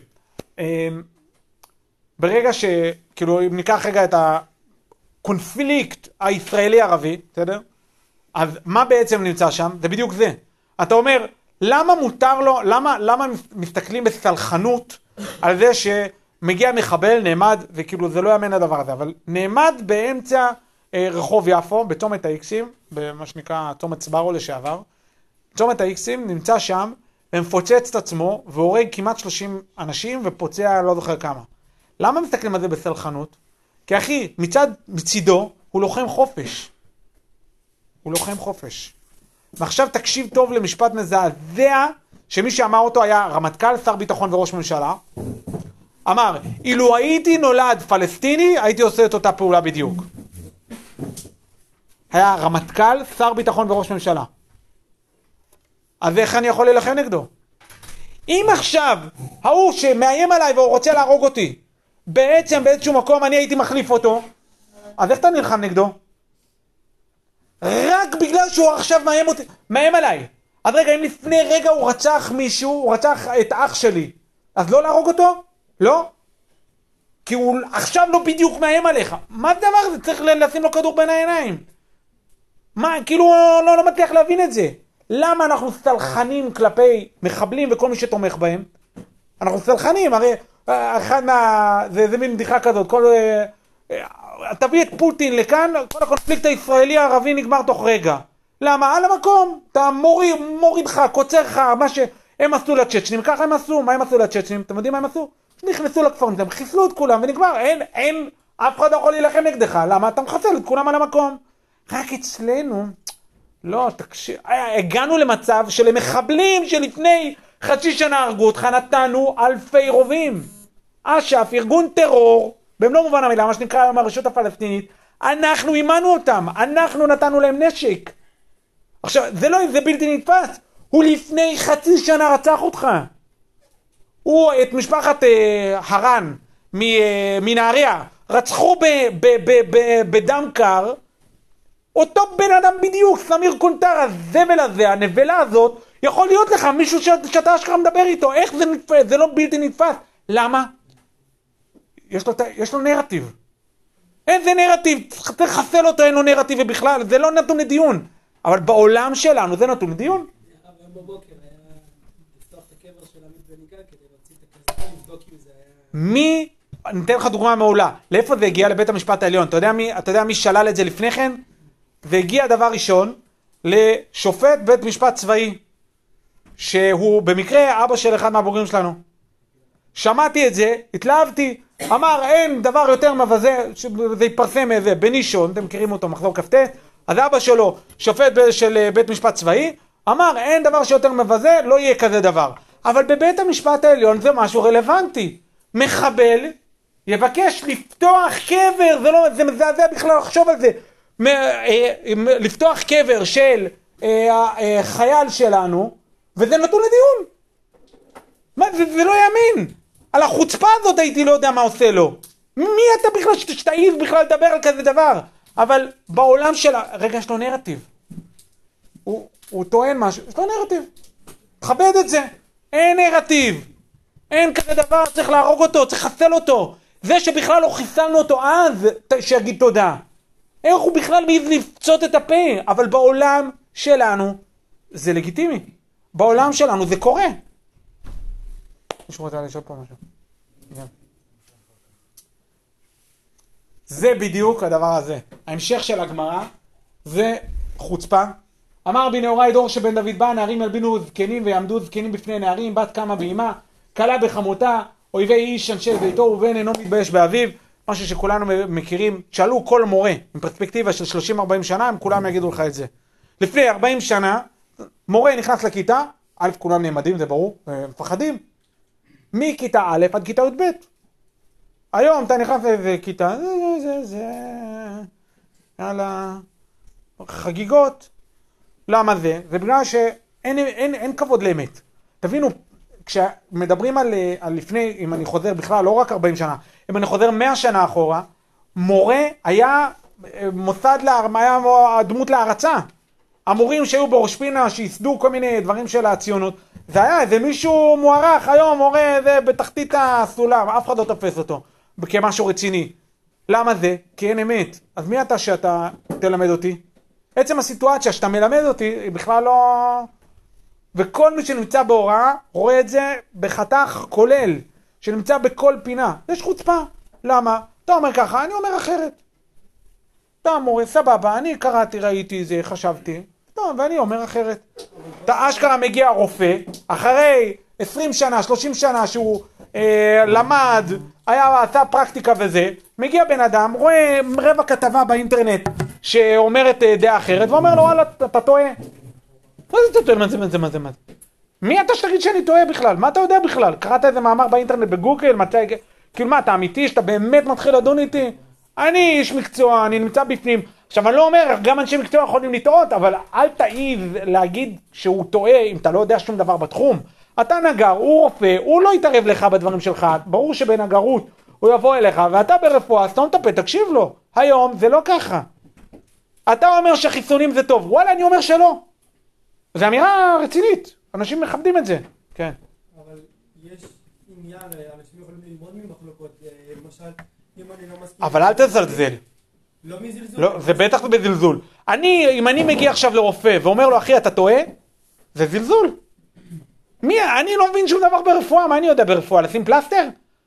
ברגע ש... כאילו, אם ניקח רגע את הקונפליקט הישראלי-ערבי, בסדר? אז מה בעצם נמצא שם? זה בדיוק זה. אתה אומר, למה מותר לו, למה, למה מסתכלים בסלחנות על זה שמגיע מחבל, נעמד, וכאילו זה לא יאמן הדבר הזה, אבל נעמד באמצע אה, רחוב יפו, בצומת האיקסים, במה שנקרא צומת סברו לשעבר, צומת האיקסים נמצא שם, ומפוצץ את עצמו, והורג כמעט שלושים אנשים, ופוצע לא זוכר כמה. למה מסתכלים על זה בסלחנות? כי אחי, מצד, מצידו, הוא לוחם חופש. הוא לוחם חופש. ועכשיו תקשיב טוב למשפט מזעזע, שמי שאמר אותו היה רמטכ"ל, שר ביטחון וראש ממשלה. אמר, אילו הייתי נולד פלסטיני, הייתי עושה את אותה פעולה בדיוק. היה רמטכ"ל, שר ביטחון וראש ממשלה. אז איך אני יכול להילחם נגדו? אם עכשיו, ההוא שמאיים עליי והוא רוצה להרוג אותי, בעצם באיזשהו מקום אני הייתי מחליף אותו, אז איך אתה נלחם נגדו? רק בגלל שהוא עכשיו מאיים אותי, מאיים עליי. אז רגע, אם לפני רגע הוא רצח מישהו, הוא רצח את אח שלי, אז לא להרוג אותו? לא. כי הוא עכשיו לא בדיוק מאיים עליך. מה הדבר הזה? צריך לשים לו כדור בין העיניים. מה, כאילו לא, לא מצליח להבין את זה. למה אנחנו סלחנים כלפי מחבלים וכל מי שתומך בהם? אנחנו סלחנים, הרי אחד מה... זה, זה מין בדיחה כזאת, כל... תביא את פוטין לכאן, כל הקונפליקט הישראלי הערבי נגמר תוך רגע. למה? על המקום. אתה מוריד, מוריד לך, קוצר לך, מה שהם עשו לצ'צ'נים, ככה הם עשו. מה הם עשו לצ'צ'נים? אתם יודעים מה הם עשו? נכנסו לכפרים, הם חיסלו את כולם ונגמר. אין, אין, אף אחד לא יכול להילחם נגדך. למה? אתה מחסל את כולם על המקום. רק אצלנו, לא, תקשיב, הגענו למצב שלמחבלים שלפני חצי שנה הרגו אותך, נתנו אלפי רובים. אש"ף, ארגון טרור, במלוא מובן המילה, מה שנקרא היום הרשות הפלסטינית, אנחנו אימנו אותם, אנחנו נתנו להם נשק. עכשיו, זה לא, זה בלתי נתפס. הוא לפני חצי שנה רצח אותך. הוא, את משפחת אה, הרן מנהריה, רצחו ב, ב, ב, ב, בדם קר, אותו בן אדם בדיוק, סמיר קונטר, הזבל הזה, הנבלה הזאת, יכול להיות לך מישהו ש... שאתה אשכרה מדבר איתו, איך זה נתפס? זה לא בלתי נתפס. למה? יש לו, יש לו נרטיב. איזה נרטיב? צריך לחסל אותו, אין לו נרטיב ובכלל, זה לא נתון לדיון. אבל בעולם שלנו זה נתון לדיון. היום בבוקר היה לפתוח את הקבר של עמית בניגה כדי להוציא את הכסף, לבדוק אם זה היה... מי, אני אתן לך דוגמה מעולה, לאיפה זה הגיע? לבית המשפט העליון. אתה יודע מי, אתה יודע מי שלל את זה לפני כן? זה הגיע דבר ראשון לשופט בית משפט צבאי, שהוא במקרה אבא של אחד מהבוגרים שלנו. שמעתי את זה, התלהבתי, אמר אין דבר יותר מבזה, זה יפרסם איזה בנישון, אתם מכירים אותו, מחזור כ"ט, אז אבא שלו, שופט של בית משפט צבאי, אמר אין דבר שיותר מבזה, לא יהיה כזה דבר. אבל בבית המשפט העליון זה משהו רלוונטי. מחבל יבקש לפתוח קבר, זה, לא, זה מזעזע בכלל לחשוב על זה, לפתוח קבר של חייל שלנו, וזה נתון לדיון. מה, זה, זה לא יאמין. על החוצפה הזאת הייתי לא יודע מה עושה לו. מי אתה בכלל שתעיז בכלל לדבר על כזה דבר? אבל בעולם של... רגע, יש לו נרטיב. הוא, הוא טוען משהו, יש לו נרטיב. תכבד את זה. אין נרטיב. אין כזה דבר, צריך להרוג אותו, צריך לחסל אותו. זה שבכלל לא חיסלנו אותו אז, שיגיד תודה. איך הוא בכלל מעז לפצות את הפה? אבל בעולם שלנו זה לגיטימי. בעולם שלנו זה קורה. מישהו רוצה לשאול פה משהו? זה בדיוק הדבר הזה. ההמשך של הגמרא זה חוצפה. אמר בי נאורי דור שבן דוד בא, נערים ילבינו זקנים ויעמדו זקנים בפני נערים, בת קמה באמה, קלה בחמותה, אויבי איש אנשי ביתו ובן אינו מתבייש באביו. משהו שכולנו מכירים. שאלו כל מורה עם פרספקטיבה של שלושים ארבעים שנה, הם כולם יגידו לך את זה. לפני ארבעים שנה, מורה נכנס לכיתה, א' כולם נעמדים, זה ברור, מפחדים. מכיתה א' עד כיתה י"ב. היום אתה נכנס לאיזה כיתה, זה, זה, זה, זה, יאללה, חגיגות. למה זה? זה בגלל שאין אין, אין כבוד לאמת. תבינו, כשמדברים על, על לפני, אם אני חוזר בכלל, לא רק ארבעים שנה, אם אני חוזר מאה שנה אחורה, מורה היה מוסד, היה דמות להרצה. המורים שהיו בראש פינה, שיסדו כל מיני דברים של הציונות, זה היה איזה מישהו מוערך, היום מורה זה בתחתית הסולם, אף אחד לא תופס אותו, כמשהו רציני. למה זה? כי אין אמת. אז מי אתה שאתה תלמד אותי? עצם הסיטואציה שאתה מלמד אותי, היא בכלל לא... וכל מי שנמצא בהוראה, רואה את זה בחתך כולל, שנמצא בכל פינה. יש חוצפה. למה? אתה אומר ככה, אני אומר אחרת. אתה מורה, סבבה, אני קראתי, ראיתי זה, חשבתי. טוב, ואני אומר אחרת. אתה אשכרה מגיע רופא, אחרי עשרים שנה, שלושים שנה שהוא אה, למד, היה, עשה פרקטיקה וזה, מגיע בן אדם, רואה רבע כתבה באינטרנט שאומרת אה, דעה אחרת, ואומר לו, וואלה, אתה, אתה טועה. מה זה אתה טועה? מה זה, מה זה, מה זה, מה זה? מי אתה שתגיד שאני טועה בכלל? מה אתה יודע בכלל? קראת איזה מאמר באינטרנט בגוגל? מתי, כאילו מה, אתה אמיתי שאתה באמת מתחיל לדון איתי? אני איש מקצוע, אני נמצא בפנים. עכשיו אני לא אומר, גם אנשי מקצוע יכולים לטעות, אבל אל תעיז להגיד שהוא טועה אם אתה לא יודע שום דבר בתחום. אתה נגר, הוא רופא, הוא לא יתערב לך בדברים שלך, ברור שבנגרות הוא יבוא אליך, ואתה ברפואה, אז אתה מטפל, תקשיב לו. היום זה לא ככה. אתה אומר שחיסונים זה טוב, וואלה אני אומר שלא. זו אמירה רצינית, אנשים מכבדים את זה. כן. אבל יש עניין, אנשים יכולים ללמוד ממחלוקות, למשל, אם אני לא מסכים... אבל אל תזלזל. לא מזלזול. לא, זה בטח בזלזול. אני, אם אני מגיע עכשיו לרופא ואומר לו, אחי, אתה טועה, זה זלזול. מי, אני לא מבין שום דבר ברפואה, מה אני יודע ברפואה? לשים פלסטר?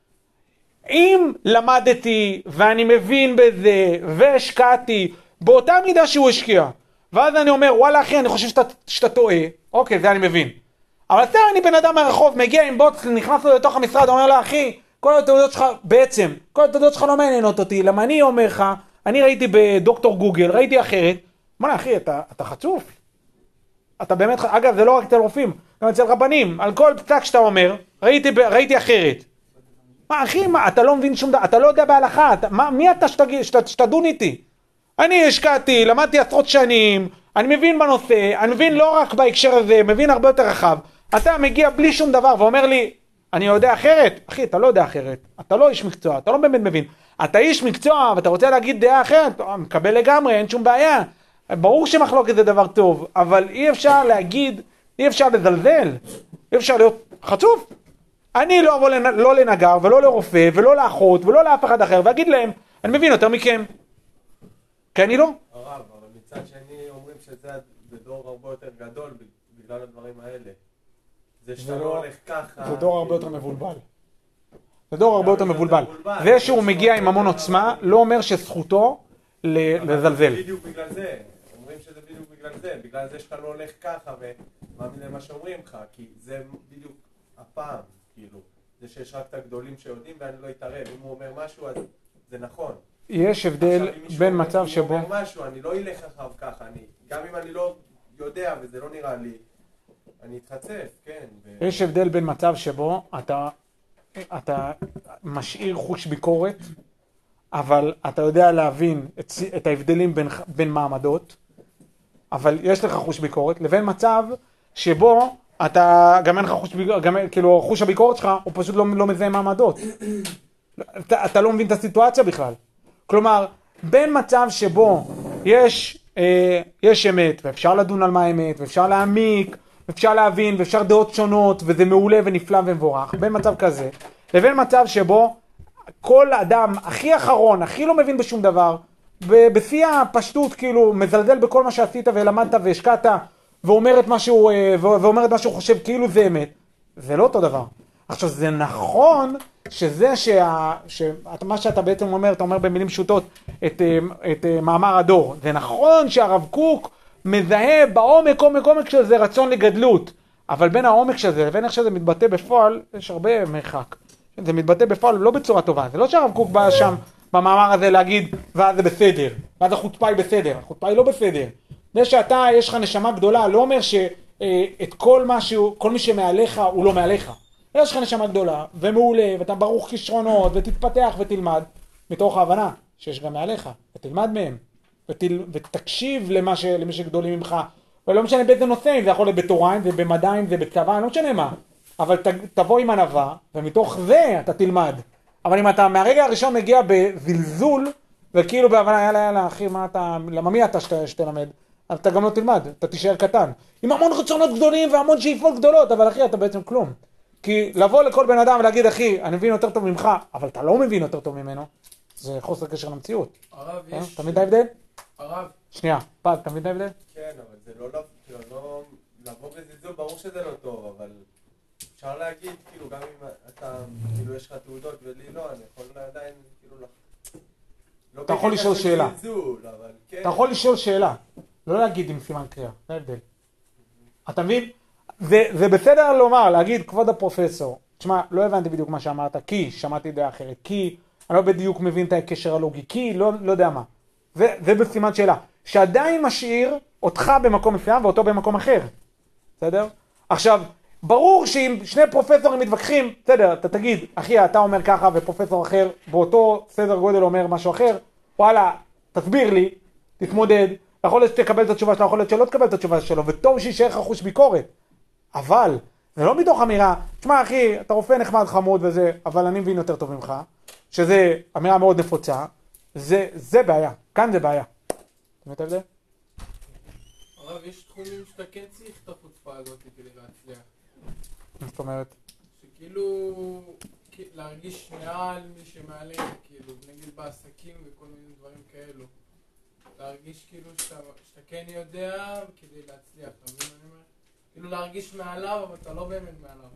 אם למדתי ואני מבין בזה והשקעתי באותה מידה שהוא השקיע, ואז אני אומר, וואלה אחי, אני חושב שאתה, שאתה טועה, אוקיי, זה אני מבין. אבל סתם אני בן אדם מהרחוב, מגיע עם בוץ, נכנס לו לתוך המשרד, אומר לו, אחי, כל התעודות שלך, בעצם, כל התעודות שלך לא מעניינות אותי, למה אני אומר לך, אני ראיתי בדוקטור גוגל, ראיתי אחרת, מה אחי, אתה, אתה חצוף? אתה באמת, אגב, זה לא רק אצל רופאים, גם אצל רבנים, על כל פסק שאתה אומר, ראיתי, ראיתי אחרת. מה אחי, מה, אתה לא מבין שום דבר, אתה לא יודע בהלכה, אתה, מה, מי אתה שתגיד, שת, שתדון איתי? אני השקעתי, למדתי עשרות שנים, אני מבין בנושא, אני מבין לא רק בהקשר הזה, מבין הרבה יותר רחב. אתה מגיע בלי שום דבר ואומר לי, אני יודע אחרת. אחי, אתה לא יודע אחרת. אתה לא איש מקצוע, אתה לא באמת מבין. אתה איש מקצוע ואתה רוצה להגיד דעה אחרת, מקבל לגמרי, אין שום בעיה. ברור שמחלוקת זה דבר טוב, אבל אי אפשר להגיד, אי אפשר לזלזל, אי אפשר להיות חצוף. אני לא אבוא לנ... לא לנגר ולא לרופא ולא לאחות ולא לאף אחד אחר ואגיד להם, אני מבין יותר מכם. כי אני לא. הרב, אבל מצד שני אומרים שזה דור הרבה יותר גדול בגלל הדברים האלה. זה שאתה לא הולך ככה. זה דור הרבה יותר מבולבל. זה דור הרבה יותר מבולבל. זה שהוא מגיע עם המון עוצמה לא אומר שזכותו לזלזל. בדיוק בגלל זה. אומרים שזה בדיוק בגלל זה. בגלל זה שאתה לא הולך ככה ומאמין למה שאומרים לך. כי זה בדיוק הפעם, כאילו. זה שיש רק את הגדולים שיודעים ואני לא אתערב. אם הוא אומר משהו אז זה נכון. יש הבדל בין מצב שבו... אם הוא אומר משהו, אני לא אלך אחריו ככה. אני, גם אם אני לא יודע וזה לא נראה לי, אני אתחצף, כן. ו... יש הבדל בין מצב שבו אתה, אתה משאיר חוש ביקורת, אבל אתה יודע להבין את, את ההבדלים בין, בין מעמדות, אבל יש לך חוש ביקורת, לבין מצב שבו אתה, גם אין לך חוש ביקורת, גם, כאילו חוש הביקורת שלך הוא פשוט לא, לא מזהה מעמדות. אתה, אתה לא מבין את הסיטואציה בכלל. כלומר, בין מצב שבו יש, אה, יש אמת, ואפשר לדון על מה האמת, ואפשר להעמיק, ואפשר להבין, ואפשר דעות שונות, וזה מעולה ונפלא ומבורך, בין מצב כזה, לבין מצב שבו כל אדם הכי אחרון, הכי לא מבין בשום דבר, ובשיא הפשטות כאילו מזלזל בכל מה שעשית ולמדת והשקעת, ואומר את מה שהוא, ואומר את מה שהוא חושב כאילו זה אמת, זה לא אותו דבר. עכשיו זה נכון שזה שה, שמה שאתה בעצם אומר, אתה אומר במילים פשוטות את, את מאמר הדור, זה נכון שהרב קוק מזהה בעומק, עומק, עומק של זה רצון לגדלות, אבל בין העומק של זה לבין איך שזה מתבטא בפועל, יש הרבה מרחק. זה מתבטא בפועל לא בצורה טובה, זה לא שהרב קוק בא שם במאמר הזה להגיד, ואז זה בסדר, ואז החוצפה היא בסדר, החוצפה היא לא בסדר. זה שאתה, יש לך נשמה גדולה, לא אומר שאת כל משהו, כל מי שמעליך הוא לא מעליך. יש לך נשמה גדולה ומעולה, ואתה ברוך כישרונות, ותתפתח ותלמד, מתוך ההבנה שיש גם מעליך, ותלמד מהם, ותל... ותקשיב למה ש... למי שגדולים ממך, ולא משנה באיזה נושא, אם זה יכול להיות בתורה, אם זה במדע, אם זה בצבא, לא משנה מה, אבל ת... תבוא עם ענווה, ומתוך זה אתה תלמד. אבל אם אתה מהרגע הראשון מגיע בזלזול, וכאילו בהבנה, יאללה יאללה אחי, מה אתה, למה מי אתה שת... שתלמד? אז אתה גם לא תלמד, אתה תישאר קטן. עם המון רצונות גדולים והמון שאיפות גדולות, אבל אחי, אתה בעצם כלום. כי לבוא לכל בן אדם ולהגיד, אחי, אני מבין יותר טוב ממך, אבל אתה לא מבין יותר טוב ממנו, זה חוסר קשר למציאות. הרב, יש... אתה מבין את ההבדל? הרב... שנייה, פז, אתה מבין את ההבדל? כן, אבל זה לא לבוא, לבוא בזלזול, ברור שזה לא טוב, אבל אפשר להגיד, כאילו, גם אם אתה, כאילו, יש לך תעודות ולי לא, אני יכול עדיין, כאילו, לא... אתה יכול לשאול שאלה. אתה יכול לשאול שאלה, לא להגיד עם סימן קריאה, זה ההבדל. אתה מבין? זה, זה בסדר לומר, להגיד, כבוד הפרופסור, תשמע, לא הבנתי בדיוק מה שאמרת, כי שמעתי דעה אחרת, כי אני לא בדיוק מבין את הקשר הלוגי, כי לא, לא יודע מה. זה, זה בסימן שאלה. שעדיין משאיר אותך במקום מסוים ואותו במקום אחר. בסדר? עכשיו, ברור שאם שני פרופסורים מתווכחים, בסדר, אתה תגיד, אחי, אתה אומר ככה ופרופסור אחר באותו סדר גודל אומר משהו אחר, וואלה, תסביר לי, תתמודד, יכול להיות שתקבל את התשובה שלו, יכול להיות שלא תקבל את התשובה שלו, וטוב שישאר לך חוש ביקורת. אבל, זה לא מתוך אמירה, תשמע אחי, אתה רופא נחמד חמוד וזה, אבל אני מבין יותר טוב ממך, שזה אמירה מאוד נפוצה, זה, זה בעיה, כאן זה בעיה. אתה מבין את זה? הרב, יש תחומים שאתה כן צריך את החוצפה הזאת כדי להצליח. זאת אומרת? שכאילו, להרגיש מעל מי שמעליך, כאילו, נגיד בעסקים וכל מיני דברים כאלו. להרגיש כאילו שאתה, שאתה כן יודע כדי להצליח, אתה מבין מה אני אומר? כאילו להרגיש מעליו, אבל אתה לא באמת מעליו.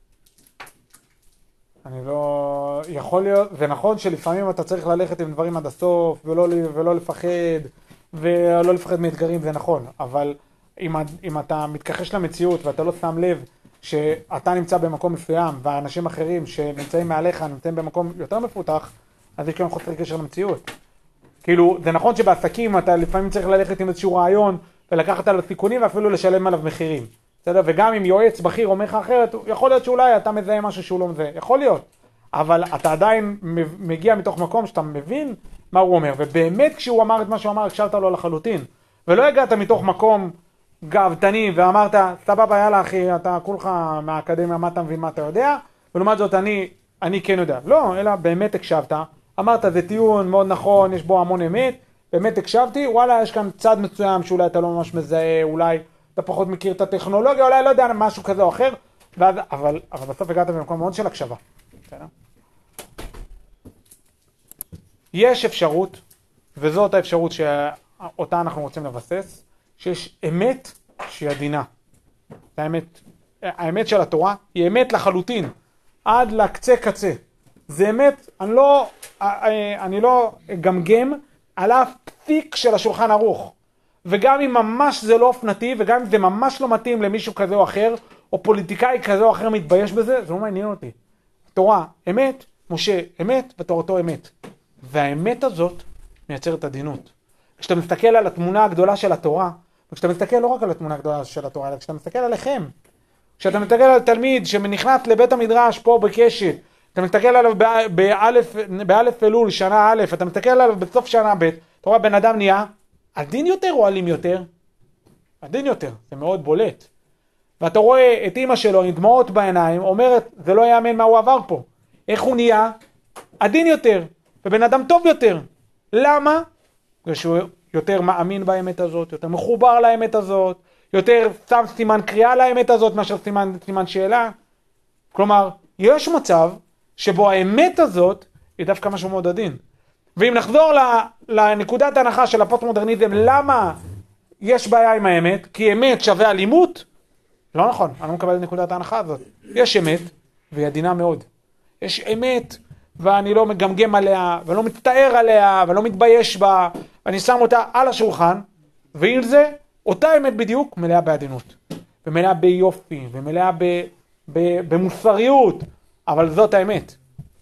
אני לא... יכול להיות... זה נכון שלפעמים אתה צריך ללכת עם דברים עד הסוף, ולא, ולא לפחד, ולא לפחד מאתגרים, זה נכון. אבל אם, אם אתה מתכחש למציאות ואתה לא שם לב שאתה נמצא במקום מסוים, והאנשים אחרים שנמצאים מעליך נמצאים במקום יותר מפותח, אז יש כאן חוסר קשר למציאות. כאילו, זה נכון שבעסקים אתה לפעמים צריך ללכת עם איזשהו רעיון, ולקחת עליו סיכונים ואפילו לשלם עליו מחירים. בסדר? וגם אם יועץ בכיר אומר לך אחרת, יכול להיות שאולי אתה מזהה משהו שהוא לא מזהה. יכול להיות. אבל אתה עדיין מגיע מתוך מקום שאתה מבין מה הוא אומר. ובאמת כשהוא אמר את מה שהוא אמר, הקשבת לו לחלוטין. ולא הגעת מתוך מקום גאוותני ואמרת, סבבה, יאללה אחי, אתה כולך מהאקדמיה, מה אתה מבין, מה אתה יודע. ולעומת זאת אני, אני כן יודע. לא, אלא באמת הקשבת, אמרת זה טיעון מאוד נכון, יש בו המון אמת, באמת הקשבתי, וואלה יש כאן צד מסוים שאולי אתה לא ממש מזהה, אולי אתה פחות מכיר את הטכנולוגיה, אולי לא יודע משהו כזה או אחר, ואז, אבל, אבל בסוף הגעת במקום מאוד של הקשבה. בסדר? יש אפשרות, וזאת האפשרות שאותה אנחנו רוצים לבסס, שיש אמת שהיא עדינה. האמת, האמת של התורה היא אמת לחלוטין, עד לקצה קצה. זה אמת, אני לא, אני לא גמגם על אף פסיק של השולחן ערוך. וגם אם ממש זה לא אופנתי, וגם אם זה ממש לא מתאים למישהו כזה או אחר, או פוליטיקאי כזה או אחר מתבייש בזה, זה לא מעניין אותי. תורה אמת, משה אמת, ותורתו אמת. והאמת הזאת מייצרת עדינות. כשאתה מסתכל על התמונה הגדולה של התורה, וכשאתה מסתכל לא רק על התמונה הגדולה של התורה, אלא כשאתה מסתכל עליכם, כשאתה מסתכל על תלמיד שנכנס לבית המדרש פה בקשת, אתה מסתכל עליו באלף, באלף אלול, שנה א', אתה מסתכל עליו בסוף שנה ב', אתה רואה בן אדם נהיה עדין יותר או אלים יותר? עדין יותר, זה מאוד בולט. ואתה רואה את אמא שלו עם דמעות בעיניים, אומרת, זה לא יאמן מה הוא עבר פה. איך הוא נהיה? עדין יותר, ובן אדם טוב יותר. למה? זה שהוא יותר מאמין באמת הזאת, יותר מחובר לאמת הזאת, יותר שם סימן קריאה לאמת הזאת מאשר סימן, סימן שאלה. כלומר, יש מצב שבו האמת הזאת היא דווקא משהו מאוד עדין. ואם נחזור לנקודת ההנחה של הפוסט-מודרניזם, למה יש בעיה עם האמת? כי אמת שווה אלימות? לא נכון, אני לא מקבל את נקודת ההנחה הזאת. יש אמת, והיא עדינה מאוד. יש אמת, ואני לא מגמגם עליה, ולא מצטער עליה, ולא מתבייש בה, ואני שם אותה על השולחן, ועם זה, אותה אמת בדיוק מלאה בעדינות, ומלאה ביופי, ומלאה ב, ב, במוסריות, אבל זאת האמת.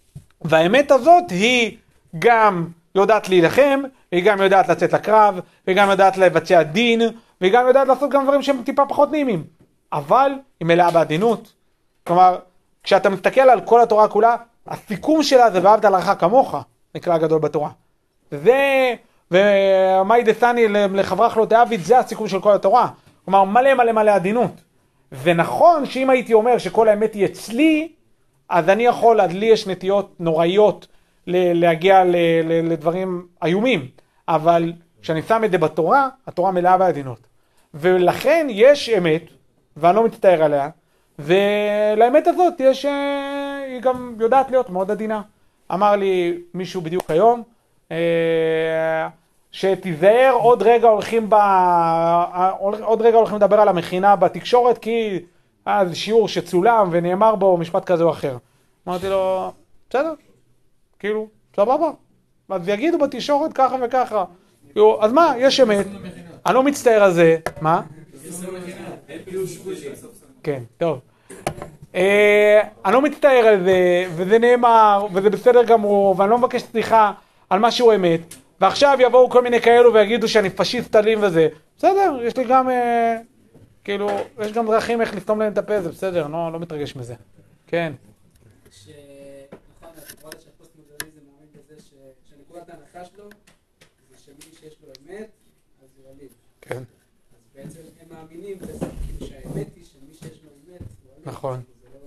והאמת הזאת היא גם יודעת להילחם, והיא גם יודעת לצאת לקרב, והיא גם יודעת לבצע דין, והיא גם יודעת לעשות גם דברים שהם טיפה פחות נעימים. אבל היא מלאה בעדינות. כלומר, כשאתה מסתכל על כל התורה כולה, הסיכום שלה זה ואהבת לרעך כמוך, נקרא הגדול בתורה. זה, ומאי דסני לחברך לא תאהביד, זה הסיכום של כל התורה. כלומר, מלא מלא מלא עדינות. ונכון שאם הייתי אומר שכל האמת היא אצלי, אז אני יכול, אז לי יש נטיות נוראיות להגיע לדברים איומים. אבל כשאני שם את זה בתורה, התורה מלאה בעדינות. ולכן יש אמת, ואני לא מצטער עליה, ולאמת הזאת יש, היא גם יודעת להיות מאוד עדינה. אמר לי מישהו בדיוק היום, שתיזהר, עוד רגע הולכים ב... עוד רגע הולכים לדבר על המכינה בתקשורת, כי אז שיעור שצולם ונאמר בו משפט כזה או אחר. אמרתי לו, בסדר, כאילו, סבבה. אז יגידו בתקשורת ככה וככה. אז מה, יש אמת, אני לא מצטער על זה, מה? כן, טוב. אני לא מצטער על זה, וזה נאמר, וזה בסדר גמור, ואני לא מבקש סליחה על משהו אמת, ועכשיו יבואו כל מיני כאלו ויגידו שאני פשיסט אלים וזה. בסדר, יש לי גם, כאילו, יש גם דרכים איך לפתום להם את הפה, זה בסדר, לא מתרגש מזה. כן. שנכון, התורה שהפוסט-מודרניזם מאמין בזה שנקודת ההנחה שלו, זה שמי שיש לו אמת, אז הוא אלים. כן. אז בעצם הם מאמינים בזה, כאילו שהאמת היא שמי שיש לו אמת, הוא אלים. נכון.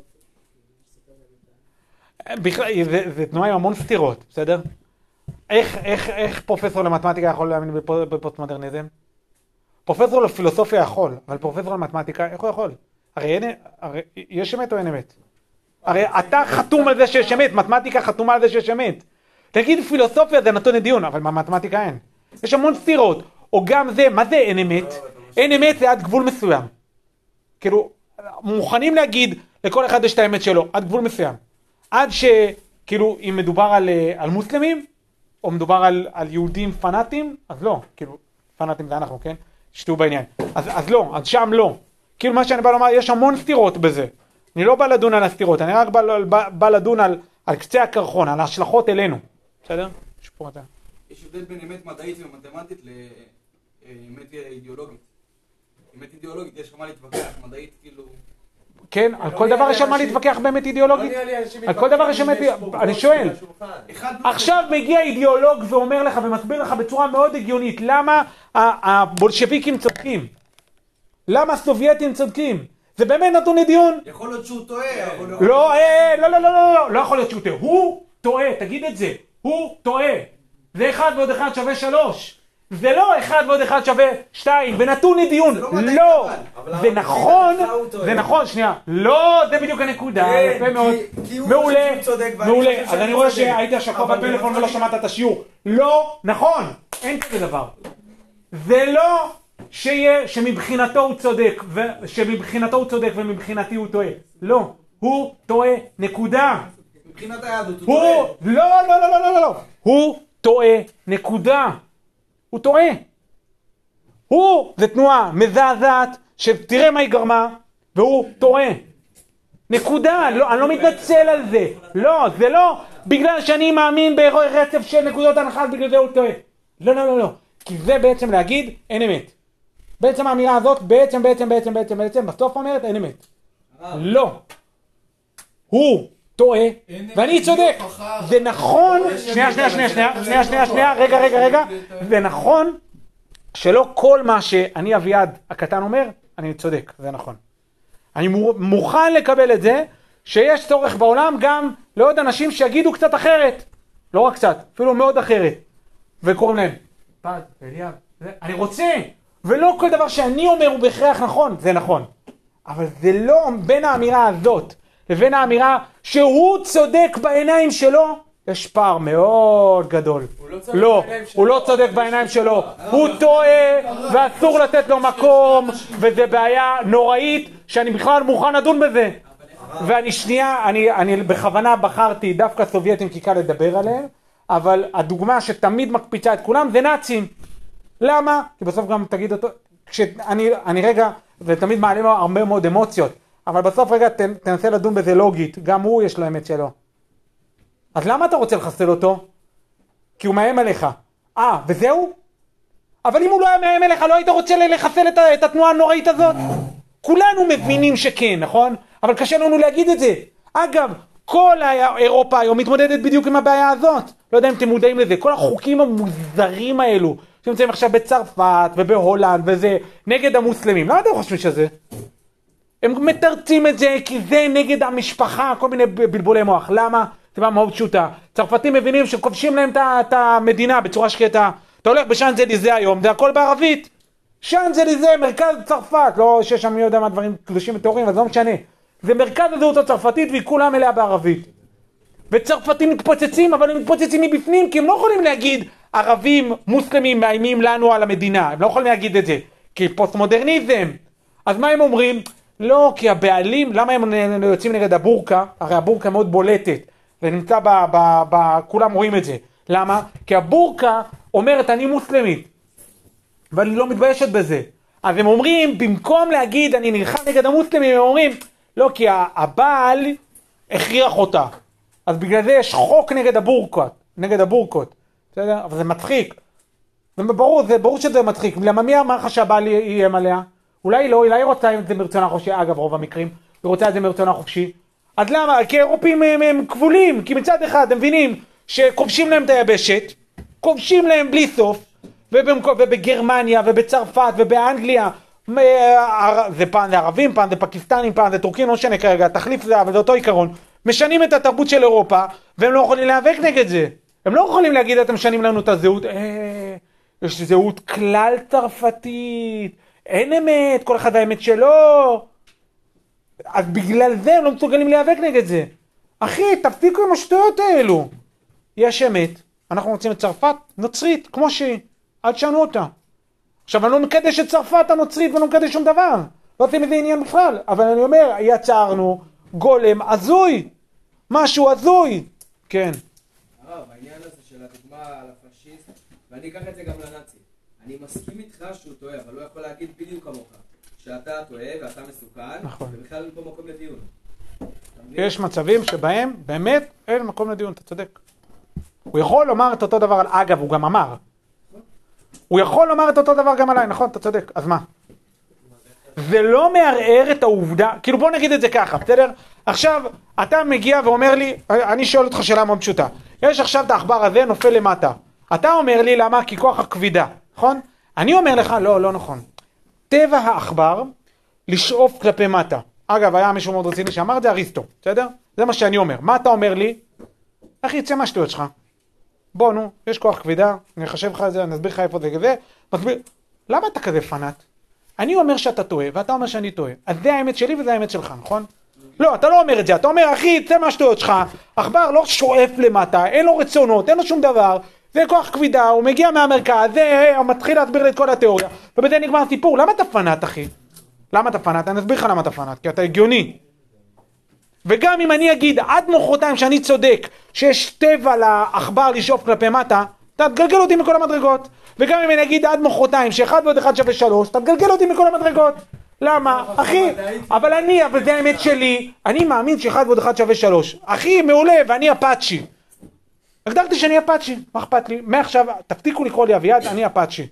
בכלל, זה תנועה עם המון סתירות, בסדר? איך, איך, איך פרופסור למתמטיקה יכול להאמין בפוסט-מודרניזם? פרופסור לפילוסופיה יכול, אבל פרופסור למתמטיקה, איך הוא יכול? הרי אין, הרי יש אמת או אין אמת? הרי אתה חתום על זה שיש אמת, מתמטיקה חתומה על זה שיש אמת. תגיד פילוסופיה זה נתון לדיון, אבל במתמטיקה אין. יש המון סתירות, או גם זה, מה זה אין אמת? אין אמת זה עד גבול מסוים. כאילו, מוכנים להגיד לכל אחד יש את האמת שלו, עד גבול מסוים. עד שכאילו אם מדובר על, על מוסלמים, או מדובר על, על יהודים פנאטים, אז לא, כאילו, פנאטים זה אנחנו, כן? שתהיו בעניין. אז, אז לא, אז שם לא. כאילו מה שאני בא לומר, יש המון סתירות בזה. אני לא בא לדון על הסתירות, אני רק בא, בא, בא לדון על, על קצה הקרחון, על ההשלכות אלינו. בסדר? שפור אתה. יש הבדל בין אמת מדעית ומתמטית לאמת אידיאולוגית. אמת אידיאולוגית, יש לך מה להתווכח, מדעית כאילו... כן, על כל דבר יש מה להתווכח באמת אידיאולוגית. על כל דבר יש אמת, אני שואל. עכשיו מגיע אידיאולוג ואומר לך ומסביר לך בצורה מאוד הגיונית, למה הבולשביקים צודקים? למה הסובייטים צודקים? זה באמת נתון לדיון. יכול להיות שהוא טועה. לא, אה, לא, לא, לא, לא, לא, לא יכול להיות שהוא טועה. הוא טועה, תגיד את זה. הוא טועה. זה אחד ועוד אחד שווה שלוש. זה לא אחד ועוד אחד שווה שתיים, ונתון לדיון. לא, זה נכון, זה נכון, שנייה. לא, זה בדיוק הנקודה. יפה מאוד. מעולה, מעולה. אז אני רואה שהייתי השקוע בפלאפון ולא שמעת את השיעור. לא, נכון. אין כזה דבר. זה לא שיהיה, שמבחינתו הוא צודק, שמבחינתו הוא צודק ומבחינתי הוא טועה. לא, הוא טועה, נקודה. מבחינת היהדות הוא טועה. לא, לא, לא, לא, לא, לא. הוא טועה, נקודה. הוא טועה. הוא, זה תנועה מזעזעת, שתראה מה היא גרמה, והוא טועה. נקודה, לא, אני לא מתנצל על זה. לא, זה לא בגלל שאני מאמין ברצף של נקודות הנחה, בגלל זה הוא טועה. לא, לא, לא, לא. כי זה בעצם להגיד, אין אמת. בעצם האמירה הזאת, בעצם, בעצם, בעצם, בעצם, בעצם, בסוף אומרת, אין אמת. לא. הוא טועה, ואני צודק. זה נכון, שנייה, שנייה, שנייה, שנייה, שנייה, שנייה, שנייה, רגע, רגע, רגע. זה נכון שלא כל מה שאני אביעד הקטן אומר, אני צודק, זה נכון. אני מוכן לקבל את זה, שיש צורך בעולם גם לעוד אנשים שיגידו קצת אחרת. לא רק קצת, אפילו מאוד אחרת. וקוראים להם, פז, אליאב, אני רוצה, ולא כל דבר שאני אומר הוא בהכרח נכון, זה נכון. אבל זה לא בין האמירה הזאת, לבין האמירה שהוא צודק בעיניים שלו, יש פער מאוד גדול. לא, הוא לא צודק בעיניים שלו, הוא טועה, ואסור לתת לו מקום, וזה בעיה נוראית, שאני בכלל מוכן לדון בזה. ואני שנייה, אני, אני בכוונה בחרתי דווקא סובייטים כי קל לדבר עליהם, אבל הדוגמה שתמיד מקפיצה את כולם זה נאצים. למה? כי בסוף גם תגיד אותו, כשאני אני רגע, ותמיד מעלים לו הרבה מאוד אמוציות, אבל בסוף רגע ת, תנסה לדון בזה לוגית, גם הוא יש לו אמת שלו. אז למה אתה רוצה לחסל אותו? כי הוא מאיים עליך. אה, וזהו? אבל אם הוא לא היה מאיים עליך, לא היית רוצה לחסל את, את התנועה הנוראית הזאת? כולנו מבינים שכן, נכון? אבל קשה לנו להגיד את זה. אגב, כל אירופה היום מתמודדת בדיוק עם הבעיה הזאת. לא יודע אם אתם מודעים לזה. כל החוקים המוזרים האלו, שנמצאים עכשיו בצרפת ובהולנד וזה, נגד המוסלמים. למה אתם חושבים שזה? הם מתרצים את זה כי זה נגד המשפחה, כל מיני בלבולי מוח. למה? זה מאוד פשוטה. צרפתים מבינים שכובשים להם את המדינה בצורה שקטה. אתה הולך בשאנזליזה היום, זה הכל בערבית. שאנזליזה, מרכז צרפת. לא שיש שם מי יודע מה דברים קדושים וטהורים, אז לא משנה. זה מרכז הזהות הצרפתית והיא כולה מלאה בערבית. וצרפתים מתפוצצים, אבל הם מתפוצצים מבפנים, כי הם לא יכולים להגיד ערבים מוסלמים מאיימים לנו על המדינה. הם לא יכולים להגיד את זה. כי פוסט-מודרניזם. אז מה הם אומרים? לא, כי הבעלים, למה הם יוצאים נגד הבורקה? הרי הבורקה מאוד בולטת. ונמצא ב... ב, ב כולם רואים את זה. למה? כי הבורקה אומרת אני מוסלמית. ואני לא מתביישת בזה. אז הם אומרים, במקום להגיד אני נלחם נגד המוסלמים, הם אומרים, לא, כי הבעל הכריח אותה. אז בגלל זה יש חוק נגד הבורקות. נגד הבורקות. בסדר? אבל זה מצחיק. זה ברור, זה ברור שזה מצחיק. למה מי אמר לך שהבעל יהיה מלאה? אולי לא, אולי היא רוצה את זה מרצונה חופשי. אגב, רוב המקרים, היא רוצה את זה מרצונה חופשי. אז למה? כי האירופים הם, הם כבולים. כי מצד אחד הם מבינים שכובשים להם את היבשת, כובשים להם בלי סוף, ובגרמניה ובצרפת ובאנגליה, זה פעם זה ערבים, פעם זה פקיסטנים, פעם זה טורקים, לא משנה כרגע, תחליף זה, אבל זה אותו עיקרון. משנים את התרבות של אירופה, והם לא יכולים להיאבק נגד זה. הם לא יכולים להגיד, אתם משנים לנו את הזהות, אה, יש זהות כלל צרפתית, אין אמת, כל אחד האמת שלו. אז בגלל זה הם לא מסוגלים להיאבק נגד זה. אחי, תפסיקו עם השטויות האלו. יש אמת, אנחנו רוצים את צרפת נוצרית, כמו שהיא, אל תשנו אותה. עכשיו, אני לא מקדש את צרפת הנוצרית, ואני לא מקדש שום דבר. לא עושים איזה עניין בכלל. אבל אני אומר, יצרנו גולם הזוי. משהו הזוי. כן. הרב, העניין הזה של הדוגמה על הפשיסט, ואני אקח את זה גם לנאצי. אני מסכים איתך שהוא טועה, אבל לא יכול להגיד בדיוק כמוך. שאתה טועה ואתה מסוכן, נכון. ובכלל אין פה מקום לדיון. יש מצבים שבהם באמת אין מקום לדיון, אתה צודק. הוא יכול לומר את אותו דבר על אגב, הוא גם אמר. הוא יכול לומר את אותו דבר גם עליי, נכון? אתה צודק. אז מה? זה לא מערער את העובדה, כאילו בוא נגיד את זה ככה, בסדר? עכשיו, אתה מגיע ואומר לי, אני שואל אותך שאלה מאוד פשוטה. יש עכשיו את האחבר הזה, נופל למטה. אתה אומר לי למה? כי כוח הכבידה, נכון? אני אומר לך, לא, לא נכון. טבע האחבר לשאוף כלפי מטה. אגב, היה מישהו מאוד רציני שאמר את זה, אריסטו, בסדר? זה מה שאני אומר. מה אתה אומר לי? אחי, יצא מהשטויות שלך. בוא, נו, יש כוח כבידה, אני אחשב לך את זה, אני אסביר לך איפה זה כזה. מסביר, למה אתה כזה פנאט? אני אומר שאתה טועה, ואתה אומר שאני טועה. אז זה האמת שלי וזה האמת שלך, נכון? לא, אתה לא אומר את זה, אתה אומר, אחי, יצא מהשטויות שלך, עכבר לא שואף למטה, אין לו רצונות, אין לו שום דבר, זה כוח כבידה, הוא מגיע מהמרכז, זה מתחיל להסביר לי את כל התיאוריה, ובזה נגמר הסיפור. למה אתה פנאט, אחי? למה אתה פנאט? אני אסביר לך למה אתה פנאט, כי אתה הגיוני. וגם אם אני אגיד עד מחרתיים שאני צודק, שיש טבע לעכבר לשאוף כלפי מטה, אתה תגלגל אותי מכל המדרגות. וגם אם אני אגיד עד מחרתיים שאחד ועוד אחד שווה שלוש, אתה תגלגל אותי מכל המדרגות. למה? אחי, אבל אני, אבל זה האמת שלי, אני מאמין שאחד ועוד אחד שווה שלוש. אחי, מעולה, ואני אפאצ'י. הגדרתי שאני אפאצ'י, מה אכפת לי? מעכשיו, תפתיקו לקרוא לי אביעד, אני אפאצ'י.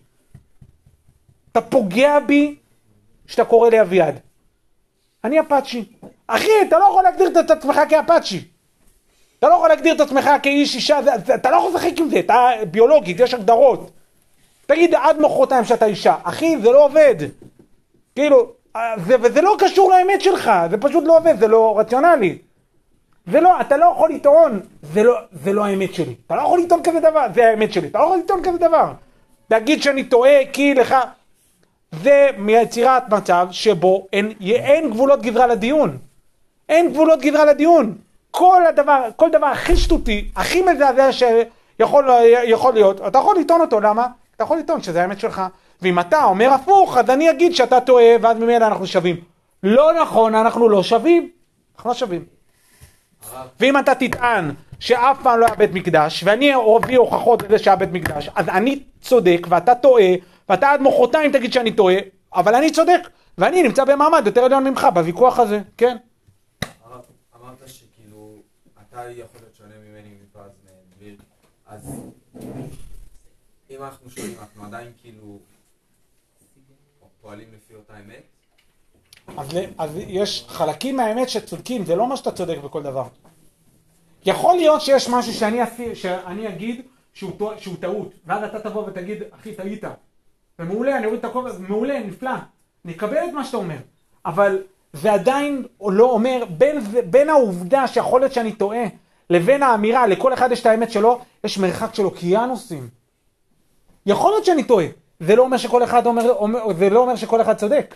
אתה פוגע בי שאתה קורא לי אביעד. אני אפאצ'י. אחי, אתה לא יכול להגדיר את עצמך כאפאצ'י. אתה לא יכול להגדיר את עצמך כאיש אישה, אתה לא יכול לשחק עם זה, אתה ביולוגית, יש הגדרות. תגיד עד מחרתיים שאתה אישה. אחי, זה לא עובד. כאילו, זה, וזה לא קשור לאמת שלך, זה פשוט לא עובד, זה לא רציונלי. זה לא, אתה לא יכול לטעון, זה לא, זה לא האמת שלי. אתה לא יכול לטעון כזה דבר, זה האמת שלי. אתה לא יכול לטעון כזה דבר. להגיד שאני טועה כי לך, זה מיצירת מצב שבו אין, אין גבולות גזרה לדיון. אין גבולות גזרה לדיון. כל הדבר, כל דבר הכי שטותי, הכי מזעזע שיכול יכול להיות, אתה יכול לטעון אותו, למה? אתה יכול לטעון שזה האמת שלך. ואם אתה אומר הפוך, אז אני אגיד שאתה טועה, ואז ממילא אנחנו שווים. לא נכון, אנחנו לא שווים. אנחנו לא שווים. ואם אתה תטען שאף פעם לא היה בית מקדש, ואני אביא הוכחות לזה שהיה בית מקדש, אז אני צודק ואתה טועה, ואתה עד מחרתיים תגיד שאני טועה, אבל אני צודק, ואני נמצא במעמד יותר עליון ממך בוויכוח הזה, כן? אמרת שכאילו, אתה יכול להיות שונה ממני מפז מדביר, אז אם אנחנו שונים, אנחנו עדיין כאילו פועלים לפי אותה אמת? אז, אז יש חלקים מהאמת שצודקים, זה לא מה שאתה צודק בכל דבר. יכול להיות שיש משהו שאני, שאני אגיד שהוא, שהוא טעות, ואז אתה תבוא ותגיד, אחי, טעית. ומעולה, אני אוריד את הכובע, מעולה, נפלא. נקבל את מה שאתה אומר. אבל זה עדיין לא אומר, בין, בין העובדה שיכול להיות שאני טועה, לבין האמירה, לכל אחד יש את האמת שלו, יש מרחק של אוקיינוסים. יכול להיות שאני טועה. זה לא אומר שכל אחד אומר, אומר זה לא אומר שכל אחד צודק.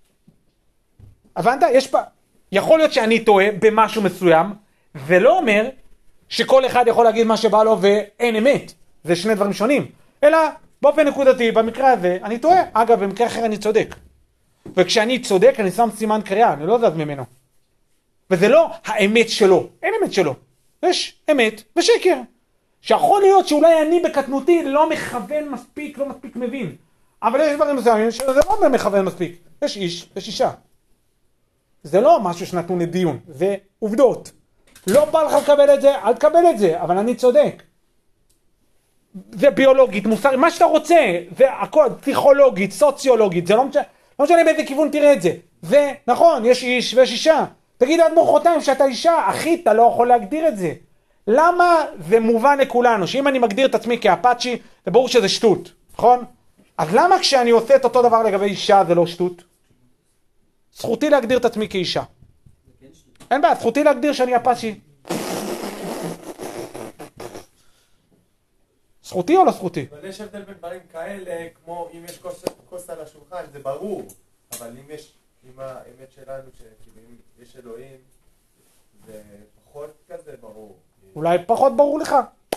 הבנת? יש פה, יכול להיות שאני טועה במשהו מסוים, זה לא אומר שכל אחד יכול להגיד מה שבא לו ואין אמת. זה שני דברים שונים. אלא באופן נקודתי, במקרה הזה, אני טועה. אגב, במקרה אחר אני צודק. וכשאני צודק, אני שם סימן קריאה, אני לא זז ממנו. וזה לא האמת שלו. אין אמת שלו. יש אמת ושקר. שיכול להיות שאולי אני בקטנותי לא מכוון מספיק, לא מספיק מבין. אבל יש דברים מסוימים שזה לא אומר מכוון מספיק. יש איש, יש אישה. זה לא משהו שנתנו לדיון, זה עובדות. לא בא לך לקבל את זה, אל תקבל את זה, אבל אני צודק. זה ביולוגית, מוסרית, מה שאתה רוצה, זה הכל, פסיכולוגית, סוציולוגית, זה לא משנה, לא משנה באיזה כיוון תראה את זה. זה, נכון, יש איש ויש אישה. תגיד עד מחרתיים שאתה אישה, אחי, אתה לא יכול להגדיר את זה. למה זה מובן לכולנו? שאם אני מגדיר את עצמי כאפאצ'י, זה ברור שזה שטות, נכון? אז למה כשאני עושה את אותו דבר לגבי אישה זה לא שטות? זכותי להגדיר את עצמי כאישה. אין בעיה, זכותי להגדיר שאני אפאצ'י. זכותי או לא זכותי? אבל יש הבדל בין דברים כאלה, כמו אם יש כוס, כוס על השולחן, זה ברור. אבל אם יש, אם האמת שלנו, שכאילו אם יש אלוהים, זה פחות כזה ברור. אולי פחות ברור לך.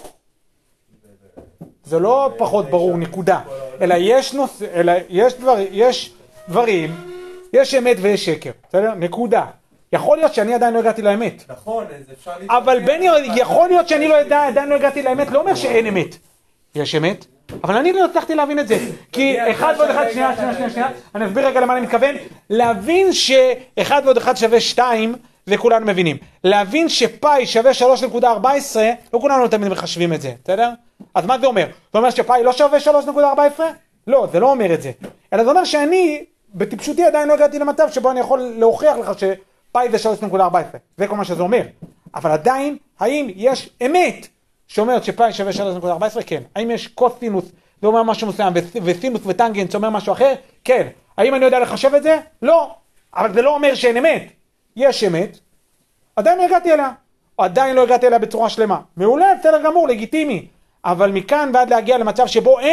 זה לא פחות ברור, נקודה. אלא יש נושא, אלא יש דברים, יש דברים, יש אמת ויש שקר. בסדר? נקודה. יכול להיות שאני עדיין לא הגעתי לאמת. נכון, זה אפשר להתפתח. אבל בני, יכול להיות שאני לא יודע, עדיין לא הגעתי לאמת, לא אומר שאין אמת. יש אמת, אבל אני לא הצלחתי להבין את זה. כי אחד ועוד אחד, שנייה, שנייה, שנייה, שנייה, אני אסביר רגע למה אני מתכוון. להבין שאחד ועוד אחד שווה שתיים, זה כולנו מבינים. להבין שפאי שווה שלוש נקודה ארבע עשרה, לא כולנו תמיד מחשבים את זה, בסדר? אז מה זה אומר? זה אומר שפאי לא שווה שלוש נקודה ארבע עשרה? לא, זה לא אומר את זה. אלא זה אומר שאני, בטיפשותי עדיין לא הגעתי למצב שבו אני יכול להוכיח לך שפאי זה שלוש נקודה ארבע עשרה. זה כל מה שזה אומר. אבל עדיין, האם יש אמת שאומרת שפאי שווה שלוש נקודה ארבע עשרה? כן. האם יש קוסינוס, זה אומר משהו מסוים, וסינוס וטנגנט, זה אומר משהו אחר? כן. האם אני יודע לחשב את זה? לא. אבל זה לא אומר שאין אמת. יש אמת, עדיין לא הגעתי אליה, או עדיין לא הגעתי אליה בצורה שלמה. מעולה, בסדר גמור, לגיטימי. אבל מכאן ועד להגיע למצב שבו אין